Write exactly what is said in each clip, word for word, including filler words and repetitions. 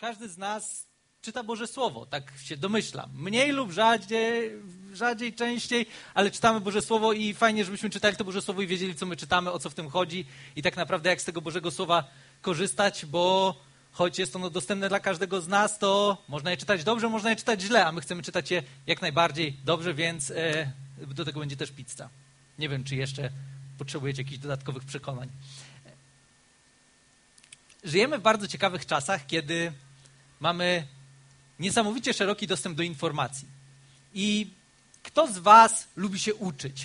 każdy z nas czyta Boże Słowo, tak się domyślam. Mniej lub rzadziej, rzadziej, częściej, ale czytamy Boże Słowo i fajnie, żebyśmy czytali to Boże Słowo i wiedzieli, co my czytamy, o co w tym chodzi i tak naprawdę jak z tego Bożego Słowa korzystać, bo choć jest ono dostępne dla każdego z nas, to można je czytać dobrze, można je czytać źle, a my chcemy czytać je jak najbardziej dobrze, więc e, do tego będzie też pizza. Nie wiem, czy jeszcze potrzebujecie jakichś dodatkowych przekonań. Żyjemy w bardzo ciekawych czasach, kiedy mamy niesamowicie szeroki dostęp do informacji. I kto z was lubi się uczyć?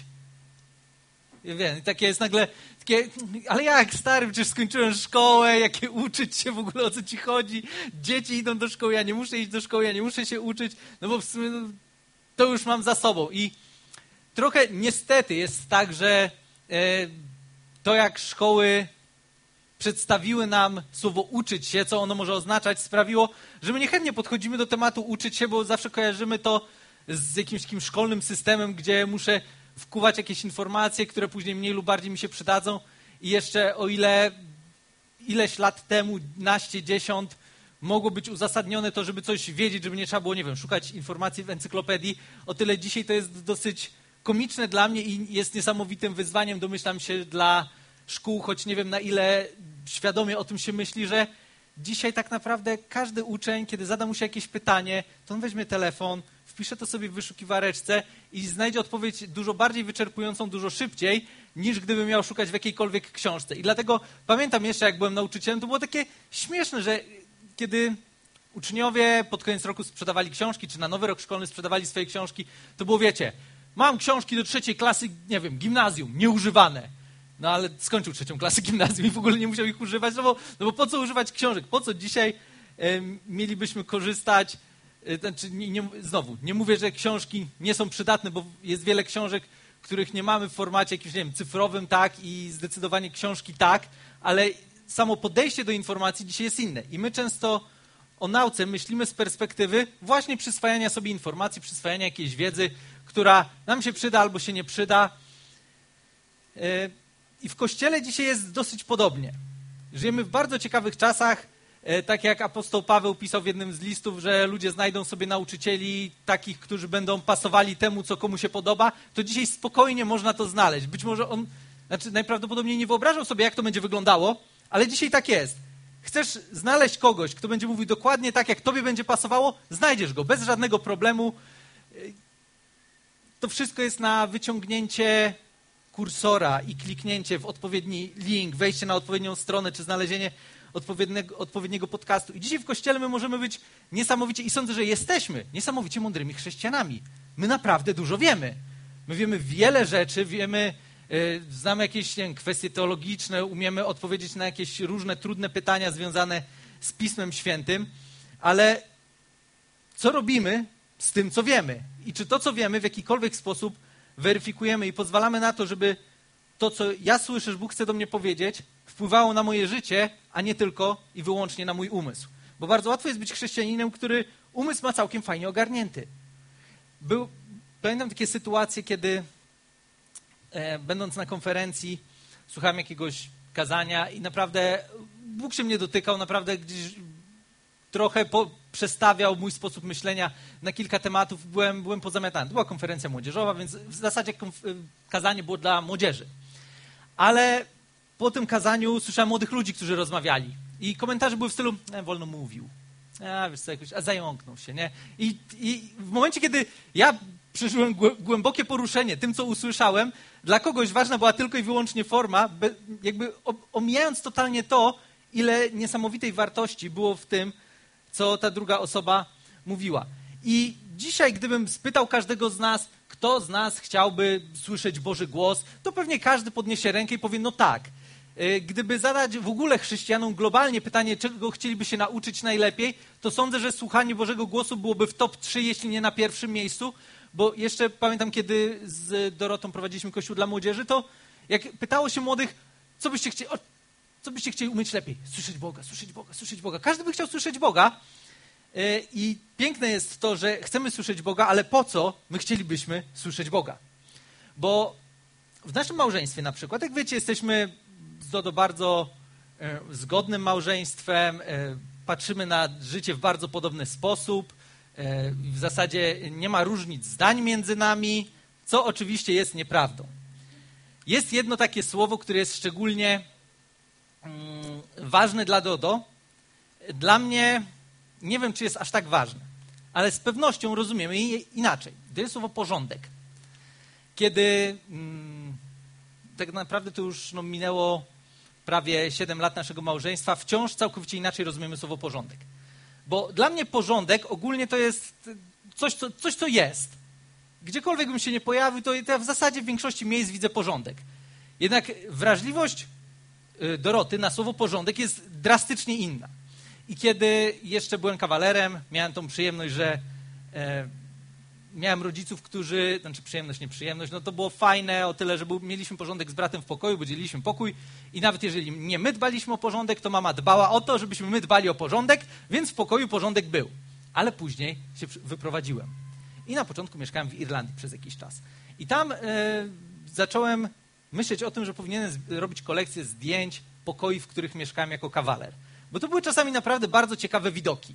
Ja wiem, takie jest nagle, takie, ale jak stary, przecież skończyłem szkołę, jakie uczyć się w ogóle, o co ci chodzi? Dzieci idą do szkoły, ja nie muszę iść do szkoły, ja nie muszę się uczyć, no bo w sumie no, to już mam za sobą. I trochę niestety jest tak, że e, to jak szkoły przedstawiły nam słowo uczyć się, co ono może oznaczać, sprawiło, że my niechętnie podchodzimy do tematu uczyć się, bo zawsze kojarzymy to z jakimś takim szkolnym systemem, gdzie muszę wkuwać jakieś informacje, które później mniej lub bardziej mi się przydadzą. I jeszcze o ile ileś lat temu, naście, dziesiąt, mogło być uzasadnione to, żeby coś wiedzieć, żeby nie trzeba było, nie wiem, szukać informacji w encyklopedii, o tyle dzisiaj to jest dosyć komiczne dla mnie i jest niesamowitym wyzwaniem, domyślam się, dla szkół, choć nie wiem na ile świadomie o tym się myśli, że dzisiaj tak naprawdę każdy uczeń, kiedy zada mu się jakieś pytanie, to on weźmie telefon, wpisze to sobie w wyszukiwareczce i znajdzie odpowiedź dużo bardziej wyczerpującą, dużo szybciej, niż gdyby miał szukać w jakiejkolwiek książce. I dlatego pamiętam jeszcze, jak byłem nauczycielem, to było takie śmieszne, że kiedy uczniowie pod koniec roku sprzedawali książki, czy na nowy rok szkolny sprzedawali swoje książki, to było, wiecie, mam książki do trzeciej klasy, nie wiem, gimnazjum, nieużywane. No ale skończył trzecią klasę gimnazjum i w ogóle nie musiał ich używać, no bo, no bo po co używać książek? Po co dzisiaj e, mielibyśmy korzystać? E, znaczy, nie, nie, znowu, nie mówię, że książki nie są przydatne, bo jest wiele książek, których nie mamy w formacie jakimś, nie wiem, cyfrowym, tak, i zdecydowanie książki tak, ale samo podejście do informacji dzisiaj jest inne. I my często o nauce myślimy z perspektywy właśnie przyswajania sobie informacji, przyswajania jakiejś wiedzy, która nam się przyda albo się nie przyda. E, I w Kościele dzisiaj jest dosyć podobnie. Żyjemy w bardzo ciekawych czasach, tak jak apostoł Paweł pisał w jednym z listów, że ludzie znajdą sobie nauczycieli takich, którzy będą pasowali temu, co komu się podoba, to dzisiaj spokojnie można to znaleźć. Być może on, znaczy najprawdopodobniej nie wyobrażał sobie, jak to będzie wyglądało, ale dzisiaj tak jest. Chcesz znaleźć kogoś, kto będzie mówił dokładnie tak, jak tobie będzie pasowało, znajdziesz go bez żadnego problemu. To wszystko jest na wyciągnięcie kursora i kliknięcie w odpowiedni link, wejście na odpowiednią stronę, czy znalezienie odpowiedniego, odpowiedniego podcastu. I dzisiaj w Kościele my możemy być niesamowicie, i sądzę, że jesteśmy niesamowicie mądrymi chrześcijanami. My naprawdę dużo wiemy. My wiemy wiele rzeczy, wiemy, yy, znamy jakieś nie wiem, kwestie teologiczne, umiemy odpowiedzieć na jakieś różne trudne pytania związane z Pismem Świętym, ale co robimy z tym, co wiemy? I czy to, co wiemy, w jakikolwiek sposób weryfikujemy i pozwalamy na to, żeby to, co ja słyszę, że Bóg chce do mnie powiedzieć, wpływało na moje życie, a nie tylko i wyłącznie na mój umysł. Bo bardzo łatwo jest być chrześcijaninem, który umysł ma całkiem fajnie ogarnięty. Był, pamiętam takie sytuacje, kiedy e, będąc na konferencji słuchałem jakiegoś kazania i naprawdę Bóg się mnie dotykał, naprawdę gdzieś trochę po, przestawiał mój sposób myślenia na kilka tematów. Byłem, byłem pozamiatany. To była konferencja młodzieżowa, więc w zasadzie konf- kazanie było dla młodzieży. Ale po tym kazaniu słyszałem młodych ludzi, którzy rozmawiali. I komentarze były w stylu, e, wolno mówił. A, wiesz co, jakoś, a zająknął się, nie? I, I w momencie, kiedy ja przeżyłem głębokie poruszenie tym, co usłyszałem, dla kogoś ważna była tylko i wyłącznie forma, jakby omijając totalnie to, ile niesamowitej wartości było w tym, co ta druga osoba mówiła. I dzisiaj, gdybym spytał każdego z nas, kto z nas chciałby słyszeć Boży głos, to pewnie każdy podniesie rękę i powie, no tak. Gdyby zadać w ogóle chrześcijanom globalnie pytanie, czego chcieliby się nauczyć najlepiej, to sądzę, że słuchanie Bożego głosu byłoby w top trzy, jeśli nie na pierwszym miejscu, bo jeszcze pamiętam, kiedy z Dorotą prowadziliśmy Kościół dla młodzieży, to jak pytało się młodych, co byście chcieli, o, co byście chcieli umieć lepiej? Słyszeć Boga, słyszeć Boga, słyszeć Boga. Każdy by chciał słyszeć Boga. I piękne jest to, że chcemy słyszeć Boga, ale po co my chcielibyśmy słyszeć Boga? Bo w naszym małżeństwie na przykład, jak wiecie, jesteśmy z Dodo bardzo zgodnym małżeństwem, patrzymy na życie w bardzo podobny sposób. W zasadzie nie ma różnic zdań między nami, co oczywiście jest nieprawdą. Jest jedno takie słowo, które jest szczególnie mm, ważne dla Dodo. Dla mnie nie wiem, czy jest aż tak ważne, ale z pewnością rozumiemy je inaczej. To jest słowo porządek. Kiedy mm, tak naprawdę to już no, minęło prawie siedem lat naszego małżeństwa, wciąż całkowicie inaczej rozumiemy słowo porządek. Bo dla mnie porządek ogólnie to jest coś, co, coś, co jest. Gdziekolwiek bym się nie pojawił, to ja w zasadzie w większości miejsc widzę porządek. Jednak wrażliwość Doroty na słowo porządek jest drastycznie inna. I kiedy jeszcze byłem kawalerem, miałem tą przyjemność, że e, miałem rodziców, którzy, znaczy przyjemność, nieprzyjemność, no to było fajne o tyle, że był, mieliśmy porządek z bratem w pokoju, bo dzieliliśmy pokój i nawet jeżeli nie my dbaliśmy o porządek, to mama dbała o to, żebyśmy my dbali o porządek, więc w pokoju porządek był. Ale później się wyprowadziłem. I na początku mieszkałem w Irlandii przez jakiś czas. I tam e, zacząłem myśleć o tym, że powinienem robić kolekcję zdjęć pokoi, w których mieszkałem jako kawaler. Bo to były czasami naprawdę bardzo ciekawe widoki.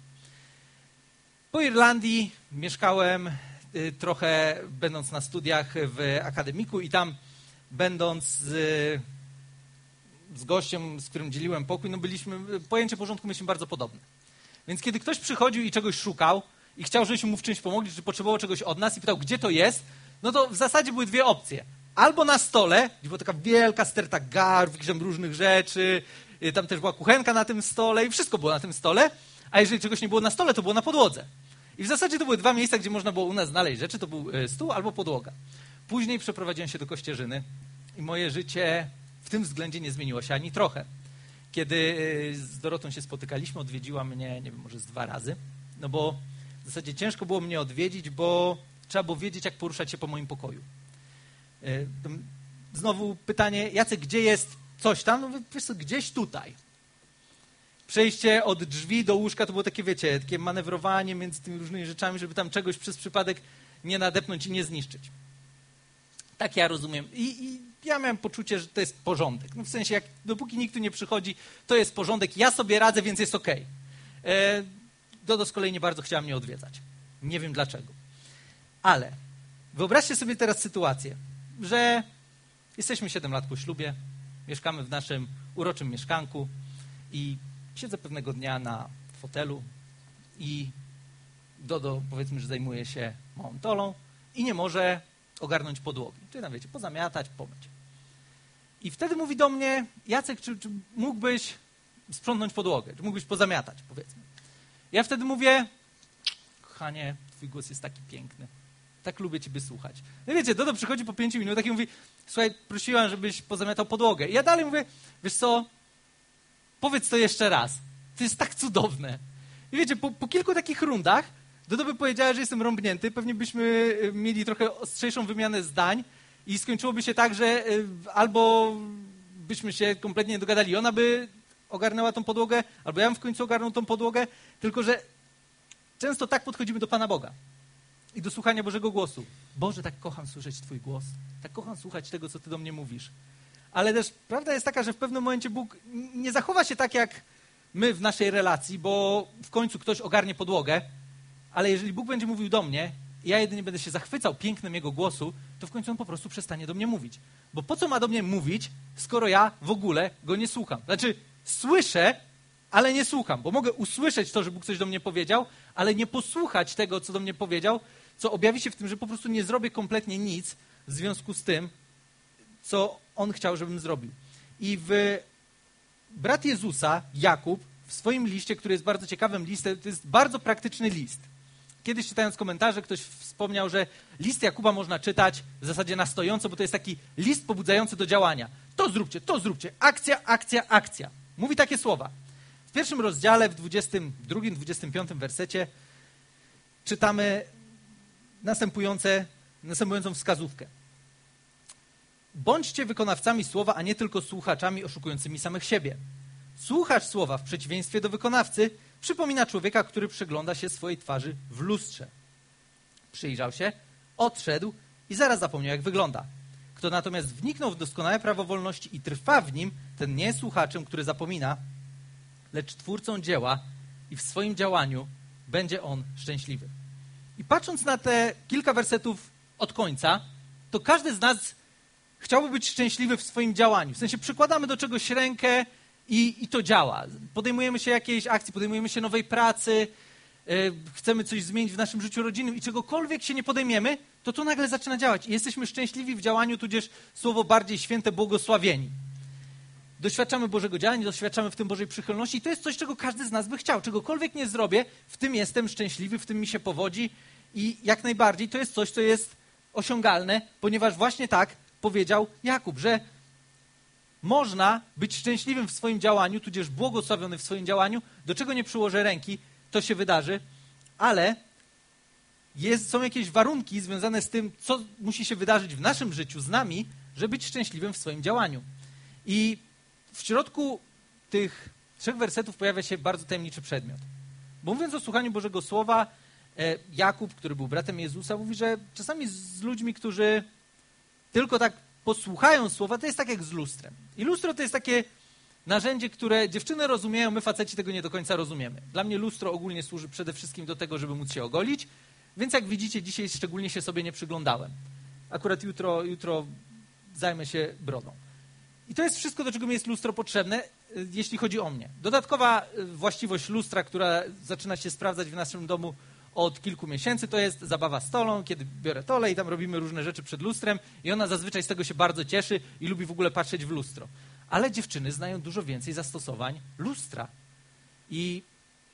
Po Irlandii mieszkałem y, trochę, będąc na studiach w akademiku i tam będąc z, z gościem, z którym dzieliłem pokój, no byliśmy, pojęcie porządku mieliśmy bardzo podobne. Więc kiedy ktoś przychodził i czegoś szukał i chciał, żebyśmy mu w czymś pomogli, czy potrzebował czegoś od nas i pytał, gdzie to jest, no to w zasadzie były dwie opcje. Albo na stole, gdzie była taka wielka sterta garb, jakichś różnych rzeczy, tam też była kuchenka na tym stole i wszystko było na tym stole, a jeżeli czegoś nie było na stole, to było na podłodze. I w zasadzie to były dwa miejsca, gdzie można było u nas znaleźć rzeczy, to był stół albo podłoga. Później przeprowadziłem się do Kościerzyny i moje życie w tym względzie nie zmieniło się ani trochę. Kiedy z Dorotą się spotykaliśmy, odwiedziła mnie, nie wiem, może z dwa razy, no bo w zasadzie ciężko było mnie odwiedzić, bo trzeba było wiedzieć, jak poruszać się po moim pokoju. Znowu pytanie, Jacek, gdzie jest coś tam? No wiesz co, gdzieś tutaj. Przejście od drzwi do łóżka to było takie, wiecie, takie manewrowanie między tymi różnymi rzeczami, żeby tam czegoś przez przypadek nie nadepnąć i nie zniszczyć. Tak ja rozumiem. I, i ja miałem poczucie, że to jest porządek. No w sensie, jak dopóki nikt tu nie przychodzi, to jest porządek, ja sobie radzę, więc jest okej. Okay. Dodo z kolei nie bardzo chciała mnie odwiedzać. Nie wiem dlaczego. Ale wyobraźcie sobie teraz sytuację, że jesteśmy siedem lat po ślubie, mieszkamy w naszym uroczym mieszkanku i siedzę pewnego dnia na fotelu i Dodo, powiedzmy, że zajmuje się małą tolą i nie może ogarnąć podłogi. Czyli tam, wiecie, pozamiatać, pomyć. I wtedy mówi do mnie, Jacek, czy, czy mógłbyś sprzątnąć podłogę? Czy mógłbyś pozamiatać, powiedzmy? Ja wtedy mówię, kochanie, twój głos jest taki piękny. Tak lubię ciebie słuchać. No wiecie, Dodo przychodzi po pięciu minutach i mówi, słuchaj, prosiłam, żebyś pozamiatał podłogę. I ja dalej mówię, wiesz co, powiedz to jeszcze raz. To jest tak cudowne. I wiecie, po, po kilku takich rundach Dodo by powiedziała, że jestem rąbnięty, pewnie byśmy mieli trochę ostrzejszą wymianę zdań i skończyłoby się tak, że albo byśmy się kompletnie nie dogadali. Ona by ogarnęła tą podłogę, albo ja bym w końcu ogarnął tą podłogę, tylko że często tak podchodzimy do Pana Boga i do słuchania Bożego głosu. Boże, tak kocham słyszeć Twój głos, tak kocham słuchać tego, co Ty do mnie mówisz. Ale też prawda jest taka, że w pewnym momencie Bóg nie zachowa się tak, jak my w naszej relacji, bo w końcu ktoś ogarnie podłogę, ale jeżeli Bóg będzie mówił do mnie i ja jedynie będę się zachwycał pięknem Jego głosu, to w końcu On po prostu przestanie do mnie mówić. Bo po co ma do mnie mówić, skoro ja w ogóle Go nie słucham? Znaczy, słyszę, ale nie słucham, bo mogę usłyszeć to, że Bóg coś do mnie powiedział, ale nie posłuchać tego, co do mnie powiedział, co objawi się w tym, że po prostu nie zrobię kompletnie nic w związku z tym, co On chciał, żebym zrobił. I w brat Jezusa, Jakub, w swoim liście, który jest bardzo ciekawym listem, to jest bardzo praktyczny list. Kiedyś czytając komentarze, ktoś wspomniał, że list Jakuba można czytać w zasadzie na stojąco, bo to jest taki list pobudzający do działania. To zróbcie, to zróbcie. Akcja, akcja, akcja. Mówi takie słowa. W pierwszym rozdziale, w dwudziestym drugim, dwudziestym piątym wersecie czytamy następujące, następującą wskazówkę. Bądźcie wykonawcami słowa, a nie tylko słuchaczami oszukującymi samych siebie. Słuchacz słowa w przeciwieństwie do wykonawcy przypomina człowieka, który przygląda się swojej twarzy w lustrze. Przyjrzał się, odszedł i zaraz zapomniał, jak wygląda. Kto natomiast wniknął w doskonałe prawo wolności i trwa w nim, ten nie jest słuchaczem, który zapomina, lecz twórcą dzieła i w swoim działaniu będzie on szczęśliwy. I patrząc na te kilka wersetów od końca, to każdy z nas chciałby być szczęśliwy w swoim działaniu. W sensie przykładamy do czegoś rękę i, i to działa. Podejmujemy się jakiejś akcji, podejmujemy się nowej pracy, yy, chcemy coś zmienić w naszym życiu rodzinnym i czegokolwiek się nie podejmiemy, to to nagle zaczyna działać. I jesteśmy szczęśliwi w działaniu, tudzież słowo bardziej święte, błogosławieni. Doświadczamy Bożego działania, doświadczamy w tym Bożej przychylności i to jest coś, czego każdy z nas by chciał. Czegokolwiek nie zrobię, w tym jestem szczęśliwy, w tym mi się powodzi i jak najbardziej to jest coś, co jest osiągalne, ponieważ właśnie tak powiedział Jakub, że można być szczęśliwym w swoim działaniu, tudzież błogosławiony w swoim działaniu, do czego nie przyłożę ręki, to się wydarzy, ale jest, są jakieś warunki związane z tym, co musi się wydarzyć w naszym życiu z nami, żeby być szczęśliwym w swoim działaniu. I w środku tych trzech wersetów pojawia się bardzo tajemniczy przedmiot. Bo mówiąc o słuchaniu Bożego Słowa, Jakub, który był bratem Jezusa, mówi, że czasami z ludźmi, którzy tylko tak posłuchają słowa, to jest tak jak z lustrem. I lustro to jest takie narzędzie, które dziewczyny rozumieją, my faceci tego nie do końca rozumiemy. Dla mnie lustro ogólnie służy przede wszystkim do tego, żeby móc się ogolić, więc jak widzicie, dzisiaj szczególnie się sobie nie przyglądałem. Akurat jutro, jutro zajmę się brodą. I to jest wszystko, do czego mi jest lustro potrzebne, jeśli chodzi o mnie. Dodatkowa właściwość lustra, która zaczyna się sprawdzać w naszym domu od kilku miesięcy, to jest zabawa stolą, kiedy biorę tolę i tam robimy różne rzeczy przed lustrem i ona zazwyczaj z tego się bardzo cieszy i lubi w ogóle patrzeć w lustro. Ale dziewczyny znają dużo więcej zastosowań lustra. I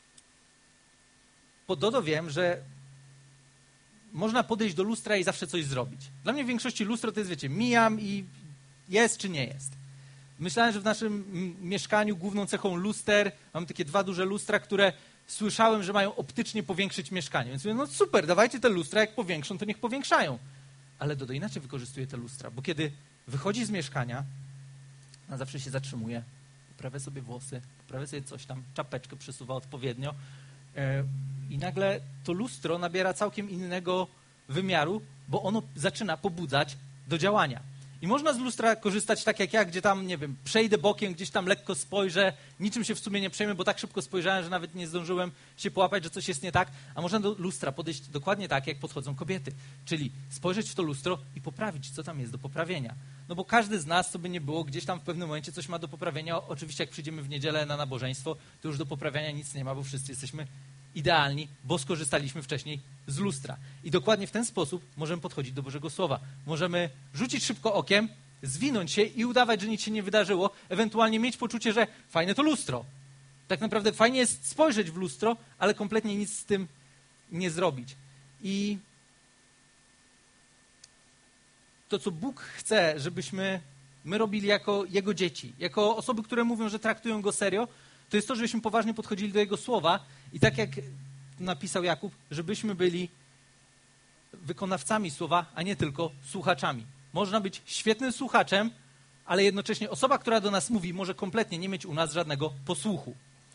po Dodo wiem, że można podejść do lustra i zawsze coś zrobić. Dla mnie w większości lustro to jest, wiecie, mijam i jest czy nie jest. Myślałem, że w naszym mieszkaniu główną cechą luster, mamy takie dwa duże lustra, które słyszałem, że mają optycznie powiększyć mieszkanie. Więc mówię, no super, dawajcie te lustra, jak powiększą, to niech powiększają. Ale Dodo inaczej wykorzystuje te lustra, bo kiedy wychodzi z mieszkania, ona zawsze się zatrzymuje, poprawia sobie włosy, poprawia sobie coś tam, czapeczkę przesuwa odpowiednio yy, i nagle to lustro nabiera całkiem innego wymiaru, bo ono zaczyna pobudzać do działania. I można z lustra korzystać tak jak ja, gdzie tam, nie wiem, przejdę bokiem, gdzieś tam lekko spojrzę, niczym się w sumie nie przejmę, bo tak szybko spojrzałem, że nawet nie zdążyłem się połapać, że coś jest nie tak. A można do lustra podejść dokładnie tak, jak podchodzą kobiety. Czyli spojrzeć w to lustro i poprawić, co tam jest do poprawienia. No bo każdy z nas, co by nie było, gdzieś tam w pewnym momencie coś ma do poprawienia. Oczywiście jak przyjdziemy w niedzielę na nabożeństwo, to już do poprawiania nic nie ma, bo wszyscy jesteśmy idealni, bo skorzystaliśmy wcześniej z lustra. I dokładnie w ten sposób możemy podchodzić do Bożego Słowa. Możemy rzucić szybko okiem, zwinąć się i udawać, że nic się nie wydarzyło, ewentualnie mieć poczucie, że fajne to lustro. Tak naprawdę fajnie jest spojrzeć w lustro, ale kompletnie nic z tym nie zrobić. I to, co Bóg chce, żebyśmy my robili jako Jego dzieci, jako osoby, które mówią, że traktują Go serio, to jest to, żebyśmy poważnie podchodzili do Jego Słowa i tak jak napisał Jakub, żebyśmy byli wykonawcami Słowa, a nie tylko słuchaczami. Można być świetnym słuchaczem, ale jednocześnie osoba, która do nas mówi, może kompletnie nie mieć u nas żadnego posłuchu.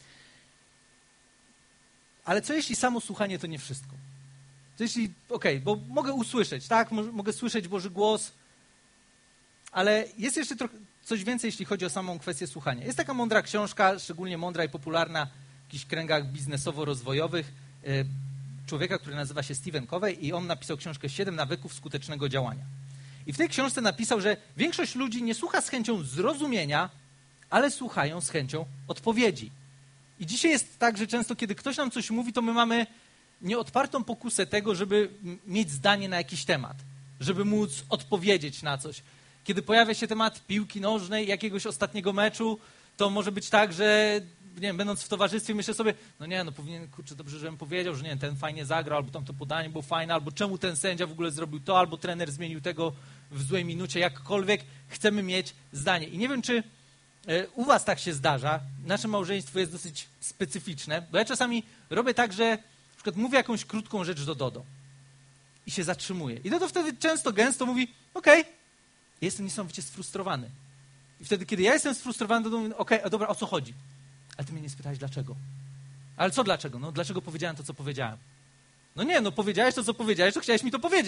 Ale co jeśli samo słuchanie to nie wszystko? Co jeśli, okej, okay, bo mogę usłyszeć, tak? Mogę słyszeć Boży głos, ale jest jeszcze trochę coś więcej, jeśli chodzi o samą kwestię słuchania. Jest taka mądra książka, szczególnie mądra i popularna w jakichś kręgach biznesowo-rozwojowych, człowieka, który nazywa się Stephen Covey i on napisał książkę Siedem nawyków skutecznego działania. I w tej książce napisał, że większość ludzi nie słucha z chęcią zrozumienia, ale słuchają z chęcią odpowiedzi. I dzisiaj jest tak, że często, kiedy ktoś nam coś mówi, to my mamy nieodpartą pokusę tego, żeby mieć zdanie na jakiś temat, żeby móc odpowiedzieć na coś. Kiedy pojawia się temat piłki nożnej, jakiegoś ostatniego meczu, to może być tak, że nie wiem, będąc w towarzystwie, myślę sobie, no nie, no powinien, kurczę, dobrze, żebym powiedział, że nie, ten fajnie zagrał, albo tam to podanie było fajne, albo czemu ten sędzia w ogóle zrobił to, albo trener zmienił tego w złej minucie, jakkolwiek chcemy mieć zdanie. I nie wiem, czy u was tak się zdarza, nasze małżeństwo jest dosyć specyficzne, bo ja czasami robię tak, że na przykład mówię jakąś krótką rzecz do Dodo i się zatrzymuję. I Dodo wtedy często, gęsto mówi, okej, okay, jestem niesamowicie sfrustrowany. I wtedy, kiedy ja jestem sfrustrowany, to mówię, okej, okay, dobra, o co chodzi? Ale ty mnie nie spytałeś dlaczego. Ale co dlaczego? No dlaczego powiedziałem to, co powiedziałem? No nie, no powiedziałeś to, co powiedziałeś, to chciałeś mi to powiedzieć.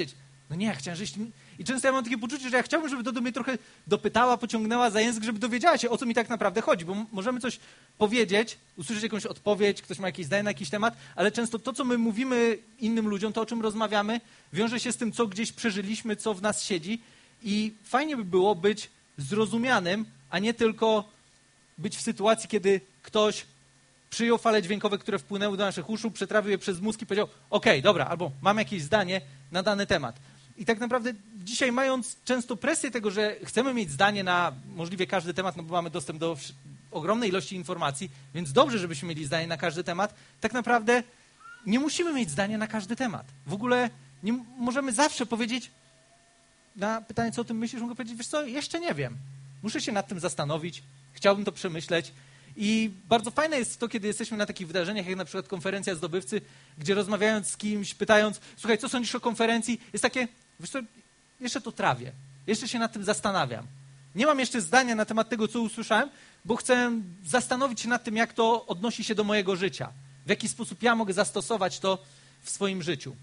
No nie, ja chciałem, żeś... I często ja mam takie poczucie, że ja chciałbym, żeby to do mnie trochę dopytała, pociągnęła za język, żeby dowiedziała się, o co mi tak naprawdę chodzi, bo m- możemy coś powiedzieć, usłyszeć jakąś odpowiedź, ktoś ma jakieś zdanie na jakiś temat, ale często to, co my mówimy innym ludziom, to, o czym rozmawiamy, wiąże się z tym, co gdzieś przeżyliśmy, co w nas siedzi i fajnie by było być zrozumianym, a nie tylko być w sytuacji, kiedy ktoś przyjął fale dźwiękowe, które wpłynęły do naszych uszu, przetrawił je przez mózg i powiedział, okej, dobra, albo mam jakieś zdanie na dany temat. I tak naprawdę dzisiaj, mając często presję tego, że chcemy mieć zdanie na możliwie każdy temat, no bo mamy dostęp do ogromnej ilości informacji, więc dobrze, żebyśmy mieli zdanie na każdy temat, tak naprawdę nie musimy mieć zdania na każdy temat. W ogóle nie, możemy zawsze powiedzieć na pytanie, co o tym myślisz, mogę powiedzieć, wiesz co, jeszcze nie wiem. Muszę się nad tym zastanowić, chciałbym to przemyśleć. I bardzo fajne jest to, kiedy jesteśmy na takich wydarzeniach, jak na przykład konferencja zdobywcy, gdzie rozmawiając z kimś, pytając, słuchaj, co sądzisz o konferencji, jest takie, wiesz co, jeszcze to trawię, jeszcze się nad tym zastanawiam. Nie mam jeszcze zdania na temat tego, co usłyszałem, bo chcę zastanowić się nad tym, jak to odnosi się do mojego życia, w jaki sposób ja mogę zastosować to w swoim życiu.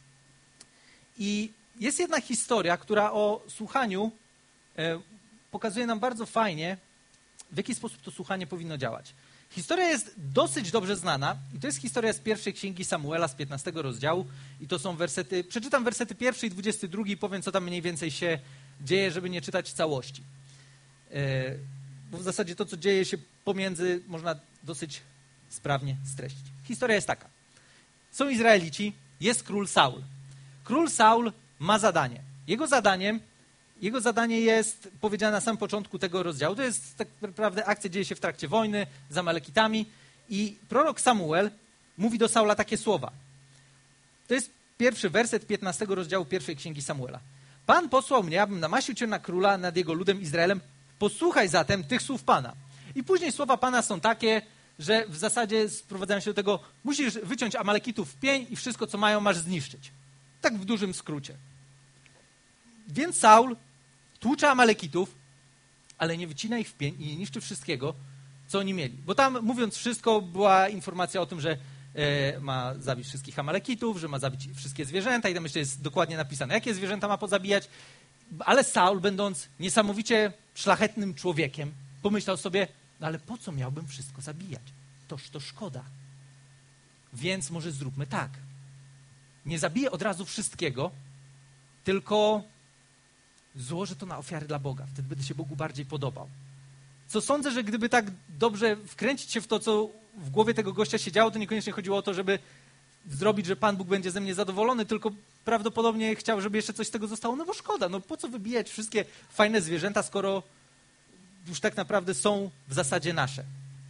I jest jedna historia, która o słuchaniu e, pokazuje nam bardzo fajnie, w jaki sposób to słuchanie powinno działać. Historia jest dosyć dobrze znana i to jest historia z pierwszej księgi Samuela z piętnastego rozdziału i to są wersety, przeczytam wersety pierwszy i dwudziesty drugi i powiem, co tam mniej więcej się dzieje, żeby nie czytać całości. Yy, bo w zasadzie to, co dzieje się pomiędzy, można dosyć sprawnie streścić. Historia jest taka. Są Izraelici, jest król Saul. Król Saul ma zadanie. Jego zadaniem Jego zadanie jest powiedziane na samym początku tego rozdziału. To jest tak naprawdę akcja dzieje się w trakcie wojny z Amalekitami i prorok Samuel mówi do Saula takie słowa. To jest pierwszy werset piętnastego rozdziału pierwszej księgi Samuela. Pan posłał mnie, abym namaścił cię na króla nad jego ludem Izraelem. Posłuchaj zatem tych słów Pana. I później słowa Pana są takie, że w zasadzie sprowadzają się do tego, musisz wyciąć Amalekitów w pień i wszystko, co mają, masz zniszczyć. Tak w dużym skrócie. Więc Saul tłucze Amalekitów, ale nie wycina ich w pień i nie niszczy wszystkiego, co oni mieli. Bo tam, mówiąc wszystko, była informacja o tym, że e, ma zabić wszystkich Amalekitów, że ma zabić wszystkie zwierzęta i tam jeszcze jest dokładnie napisane, jakie zwierzęta ma pozabijać. Ale Saul, będąc niesamowicie szlachetnym człowiekiem, pomyślał sobie, no ale po co miałbym wszystko zabijać? Toż to szkoda. Więc może zróbmy tak. Nie zabiję od razu wszystkiego, tylko złożę to na ofiary dla Boga. Wtedy będę się Bogu bardziej podobał. Co sądzę, że gdyby tak dobrze wkręcić się w to, co w głowie tego gościa się działo, to niekoniecznie chodziło o to, żeby zrobić, że Pan Bóg będzie ze mnie zadowolony, tylko prawdopodobnie chciał, żeby jeszcze coś z tego zostało. No bo szkoda, no po co wybijać wszystkie fajne zwierzęta, skoro już tak naprawdę są w zasadzie nasze.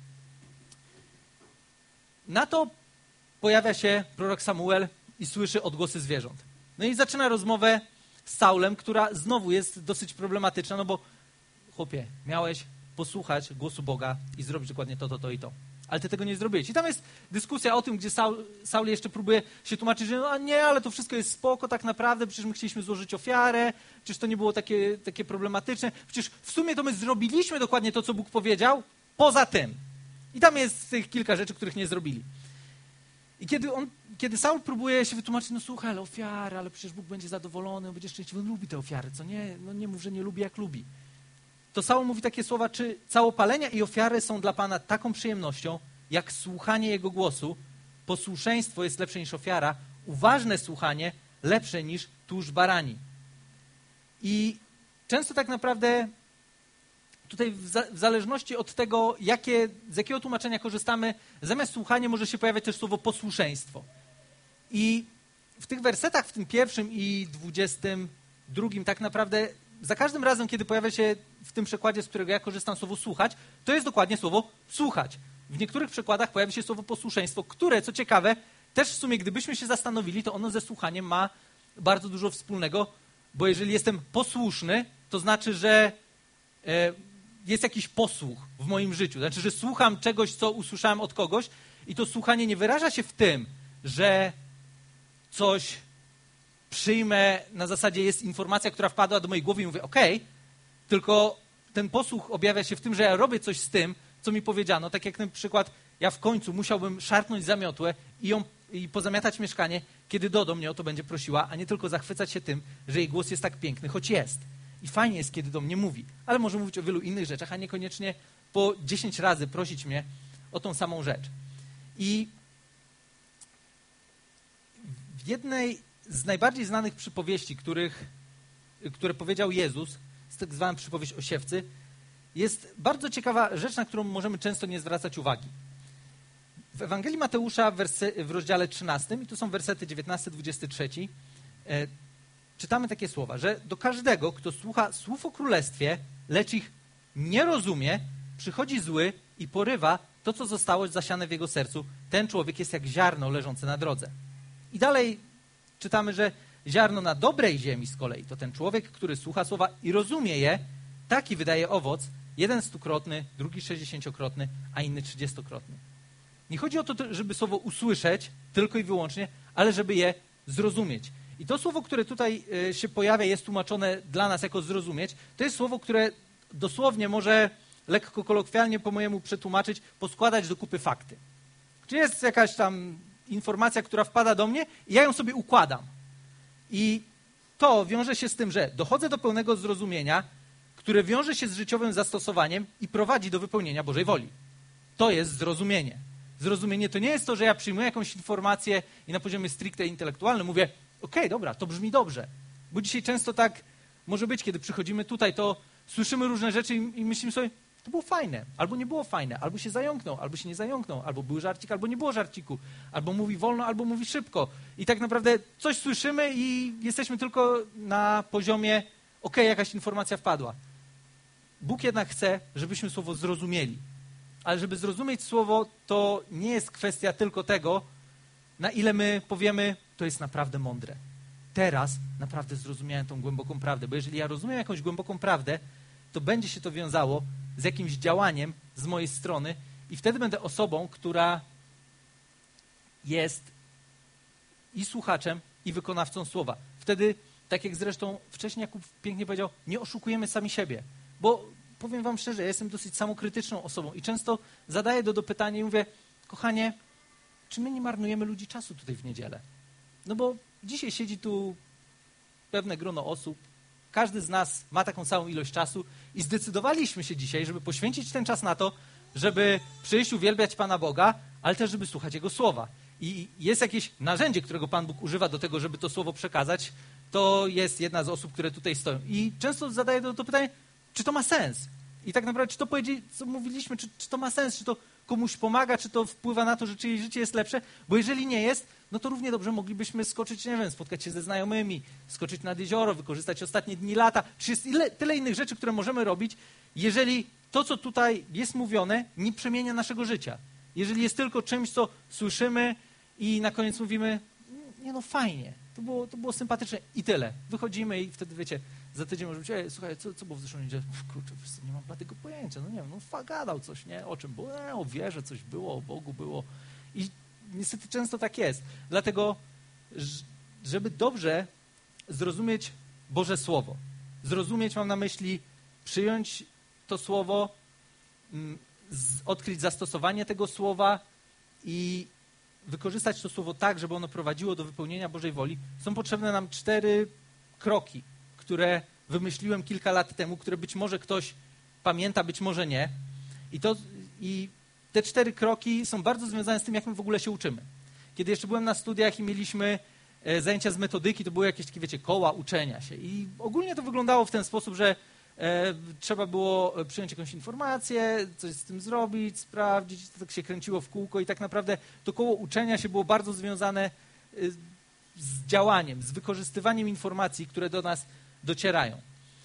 Na to pojawia się prorok Samuel i słyszy odgłosy zwierząt. No i zaczyna rozmowę z Saulem, która znowu jest dosyć problematyczna, no bo chłopie, miałeś posłuchać głosu Boga i zrobić dokładnie to, to, to i to. Ale ty tego nie zrobiłeś. I tam jest dyskusja o tym, gdzie Saul, Saul jeszcze próbuje się tłumaczyć, że no nie, ale to wszystko jest spoko tak naprawdę, przecież my chcieliśmy złożyć ofiarę, przecież to nie było takie, takie problematyczne, przecież w sumie to my zrobiliśmy dokładnie to, co Bóg powiedział, poza tym. I tam jest tych kilka rzeczy, których nie zrobili. I kiedy, on, kiedy Saul próbuje się wytłumaczyć, no słuchaj, ale ofiary, ale przecież Bóg będzie zadowolony, on będzie szczęśliwy, on lubi te ofiary, co nie? No nie mów, że nie lubi, jak lubi. To Saul mówi takie słowa, czy całopalenia i ofiary są dla Pana taką przyjemnością, jak słuchanie Jego głosu, posłuszeństwo jest lepsze niż ofiara, uważne słuchanie lepsze niż tłuszcz barani. I często tak naprawdę tutaj w, za, w zależności od tego, jakie, z jakiego tłumaczenia korzystamy, zamiast słuchania może się pojawiać też słowo posłuszeństwo. I w tych wersetach, w tym pierwszym i dwudziestym drugim tak naprawdę za każdym razem, kiedy pojawia się w tym przekładzie, z którego ja korzystam, słowo słuchać, to jest dokładnie słowo słuchać. W niektórych przekładach pojawi się słowo posłuszeństwo, które, co ciekawe, też w sumie, gdybyśmy się zastanowili, to ono ze słuchaniem ma bardzo dużo wspólnego, bo jeżeli jestem posłuszny, to znaczy, że e, jest jakiś posłuch w moim życiu. Znaczy, że słucham czegoś, co usłyszałem od kogoś i to słuchanie nie wyraża się w tym, że coś przyjmę, na zasadzie jest informacja, która wpadła do mojej głowy i mówię, okej, okay, tylko ten posłuch objawia się w tym, że ja robię coś z tym, co mi powiedziano. Tak jak na przykład ja w końcu musiałbym szarpnąć za miotłę i ją i pozamiatać mieszkanie, kiedy Dodo mnie o to będzie prosiła, a nie tylko zachwycać się tym, że jej głos jest tak piękny, choć jest. I fajnie jest, kiedy do mnie mówi, ale może mówić o wielu innych rzeczach, a niekoniecznie po dziesięć razy prosić mnie o tą samą rzecz. I w jednej z najbardziej znanych przypowieści, których, które powiedział Jezus, z tak zwaną przypowieść o siewcy, jest bardzo ciekawa rzecz, na którą możemy często nie zwracać uwagi. W Ewangelii Mateusza w, wersy, w rozdziale trzynastym, i to są wersety dziewiętnasty dwudziesty trzeci, e, czytamy takie słowa, że do każdego, kto słucha słów o królestwie, lecz ich nie rozumie, przychodzi zły i porywa to, co zostało zasiane w jego sercu. Ten człowiek jest jak ziarno leżące na drodze. I dalej czytamy, że ziarno na dobrej ziemi z kolei to ten człowiek, który słucha słowa i rozumie je, taki wydaje owoc, jeden stukrotny, drugi sześćdziesięciokrotny, a inny trzydziestokrotny. Nie chodzi o to, żeby słowo usłyszeć tylko i wyłącznie, ale żeby je zrozumieć. I to słowo, które tutaj się pojawia, jest tłumaczone dla nas jako zrozumieć, to jest słowo, które dosłownie może lekko kolokwialnie po mojemu przetłumaczyć, poskładać do kupy fakty. Czyli jest jakaś tam informacja, która wpada do mnie i ja ją sobie układam. I to wiąże się z tym, że dochodzę do pełnego zrozumienia, które wiąże się z życiowym zastosowaniem i prowadzi do wypełnienia Bożej woli. To jest zrozumienie. Zrozumienie to nie jest to, że ja przyjmuję jakąś informację i na poziomie stricte intelektualnym mówię, okej, okay, dobra, to brzmi dobrze. Bo dzisiaj często tak może być, kiedy przychodzimy tutaj, to słyszymy różne rzeczy i, i myślimy sobie, to było fajne, albo nie było fajne, albo się zająknął, albo się nie zająknął, albo był żarcik, albo nie było żarciku, albo mówi wolno, albo mówi szybko. I tak naprawdę coś słyszymy i jesteśmy tylko na poziomie, okej, okay, jakaś informacja wpadła. Bóg jednak chce, żebyśmy słowo zrozumieli. Ale żeby zrozumieć słowo, to nie jest kwestia tylko tego, na ile my powiemy, to jest naprawdę mądre. Teraz naprawdę zrozumiałem tą głęboką prawdę, bo jeżeli ja rozumiem jakąś głęboką prawdę, to będzie się to wiązało z jakimś działaniem z mojej strony i wtedy będę osobą, która jest i słuchaczem, i wykonawcą słowa. Wtedy, tak jak zresztą wcześniej Jakub pięknie powiedział, nie oszukujemy sami siebie, bo powiem wam szczerze, ja jestem dosyć samokrytyczną osobą i często zadaję do, do pytania i mówię, kochanie, czy my nie marnujemy ludzi czasu tutaj w niedzielę? No bo dzisiaj siedzi tu pewne grono osób, każdy z nas ma taką samą ilość czasu i zdecydowaliśmy się dzisiaj, żeby poświęcić ten czas na to, żeby przyjść, uwielbiać Pana Boga, ale też, żeby słuchać Jego słowa. I jest jakieś narzędzie, którego Pan Bóg używa do tego, żeby to słowo przekazać, to jest jedna z osób, które tutaj stoją. I często zadaję to, to pytanie, czy to ma sens? I tak naprawdę, czy to powiedzieli, co mówiliśmy, czy, czy to ma sens, czy to komuś pomaga, czy to wpływa na to, że czyjeś życie jest lepsze? Bo jeżeli nie jest, no to równie dobrze moglibyśmy skoczyć, nie wiem, spotkać się ze znajomymi, skoczyć nad jezioro, wykorzystać ostatnie dni lata. Czy jest ile, tyle innych rzeczy, które możemy robić, jeżeli to, co tutaj jest mówione, nie przemienia naszego życia. Jeżeli jest tylko czymś, co słyszymy i na koniec mówimy, nie no fajnie, to było, to było sympatyczne i tyle. Wychodzimy i wtedy, wiecie, za tydzień może być, ej, słuchaj, co, co było w zeszłym niedzielę? Kurczę, nie mam tego pojęcia, no nie wiem, no fagadał coś, nie? O czym było? E, o wierze coś było, o Bogu było. I niestety często tak jest. Dlatego, żeby dobrze zrozumieć Boże Słowo, zrozumieć, mam na myśli, przyjąć to Słowo, odkryć zastosowanie tego Słowa i wykorzystać to Słowo tak, żeby ono prowadziło do wypełnienia Bożej woli, są potrzebne nam cztery kroki, które wymyśliłem kilka lat temu, które być może ktoś pamięta, być może nie. I, to, i te cztery kroki są bardzo związane z tym, jak my w ogóle się uczymy. Kiedy jeszcze byłem na studiach i mieliśmy zajęcia z metodyki, to były jakieś takie, wiecie, koła uczenia się. I ogólnie to wyglądało w ten sposób, że e, trzeba było przyjąć jakąś informację, coś z tym zrobić, sprawdzić, to tak się kręciło w kółko i tak naprawdę to koło uczenia się było bardzo związane e, z działaniem, z wykorzystywaniem informacji, które do nas docierają.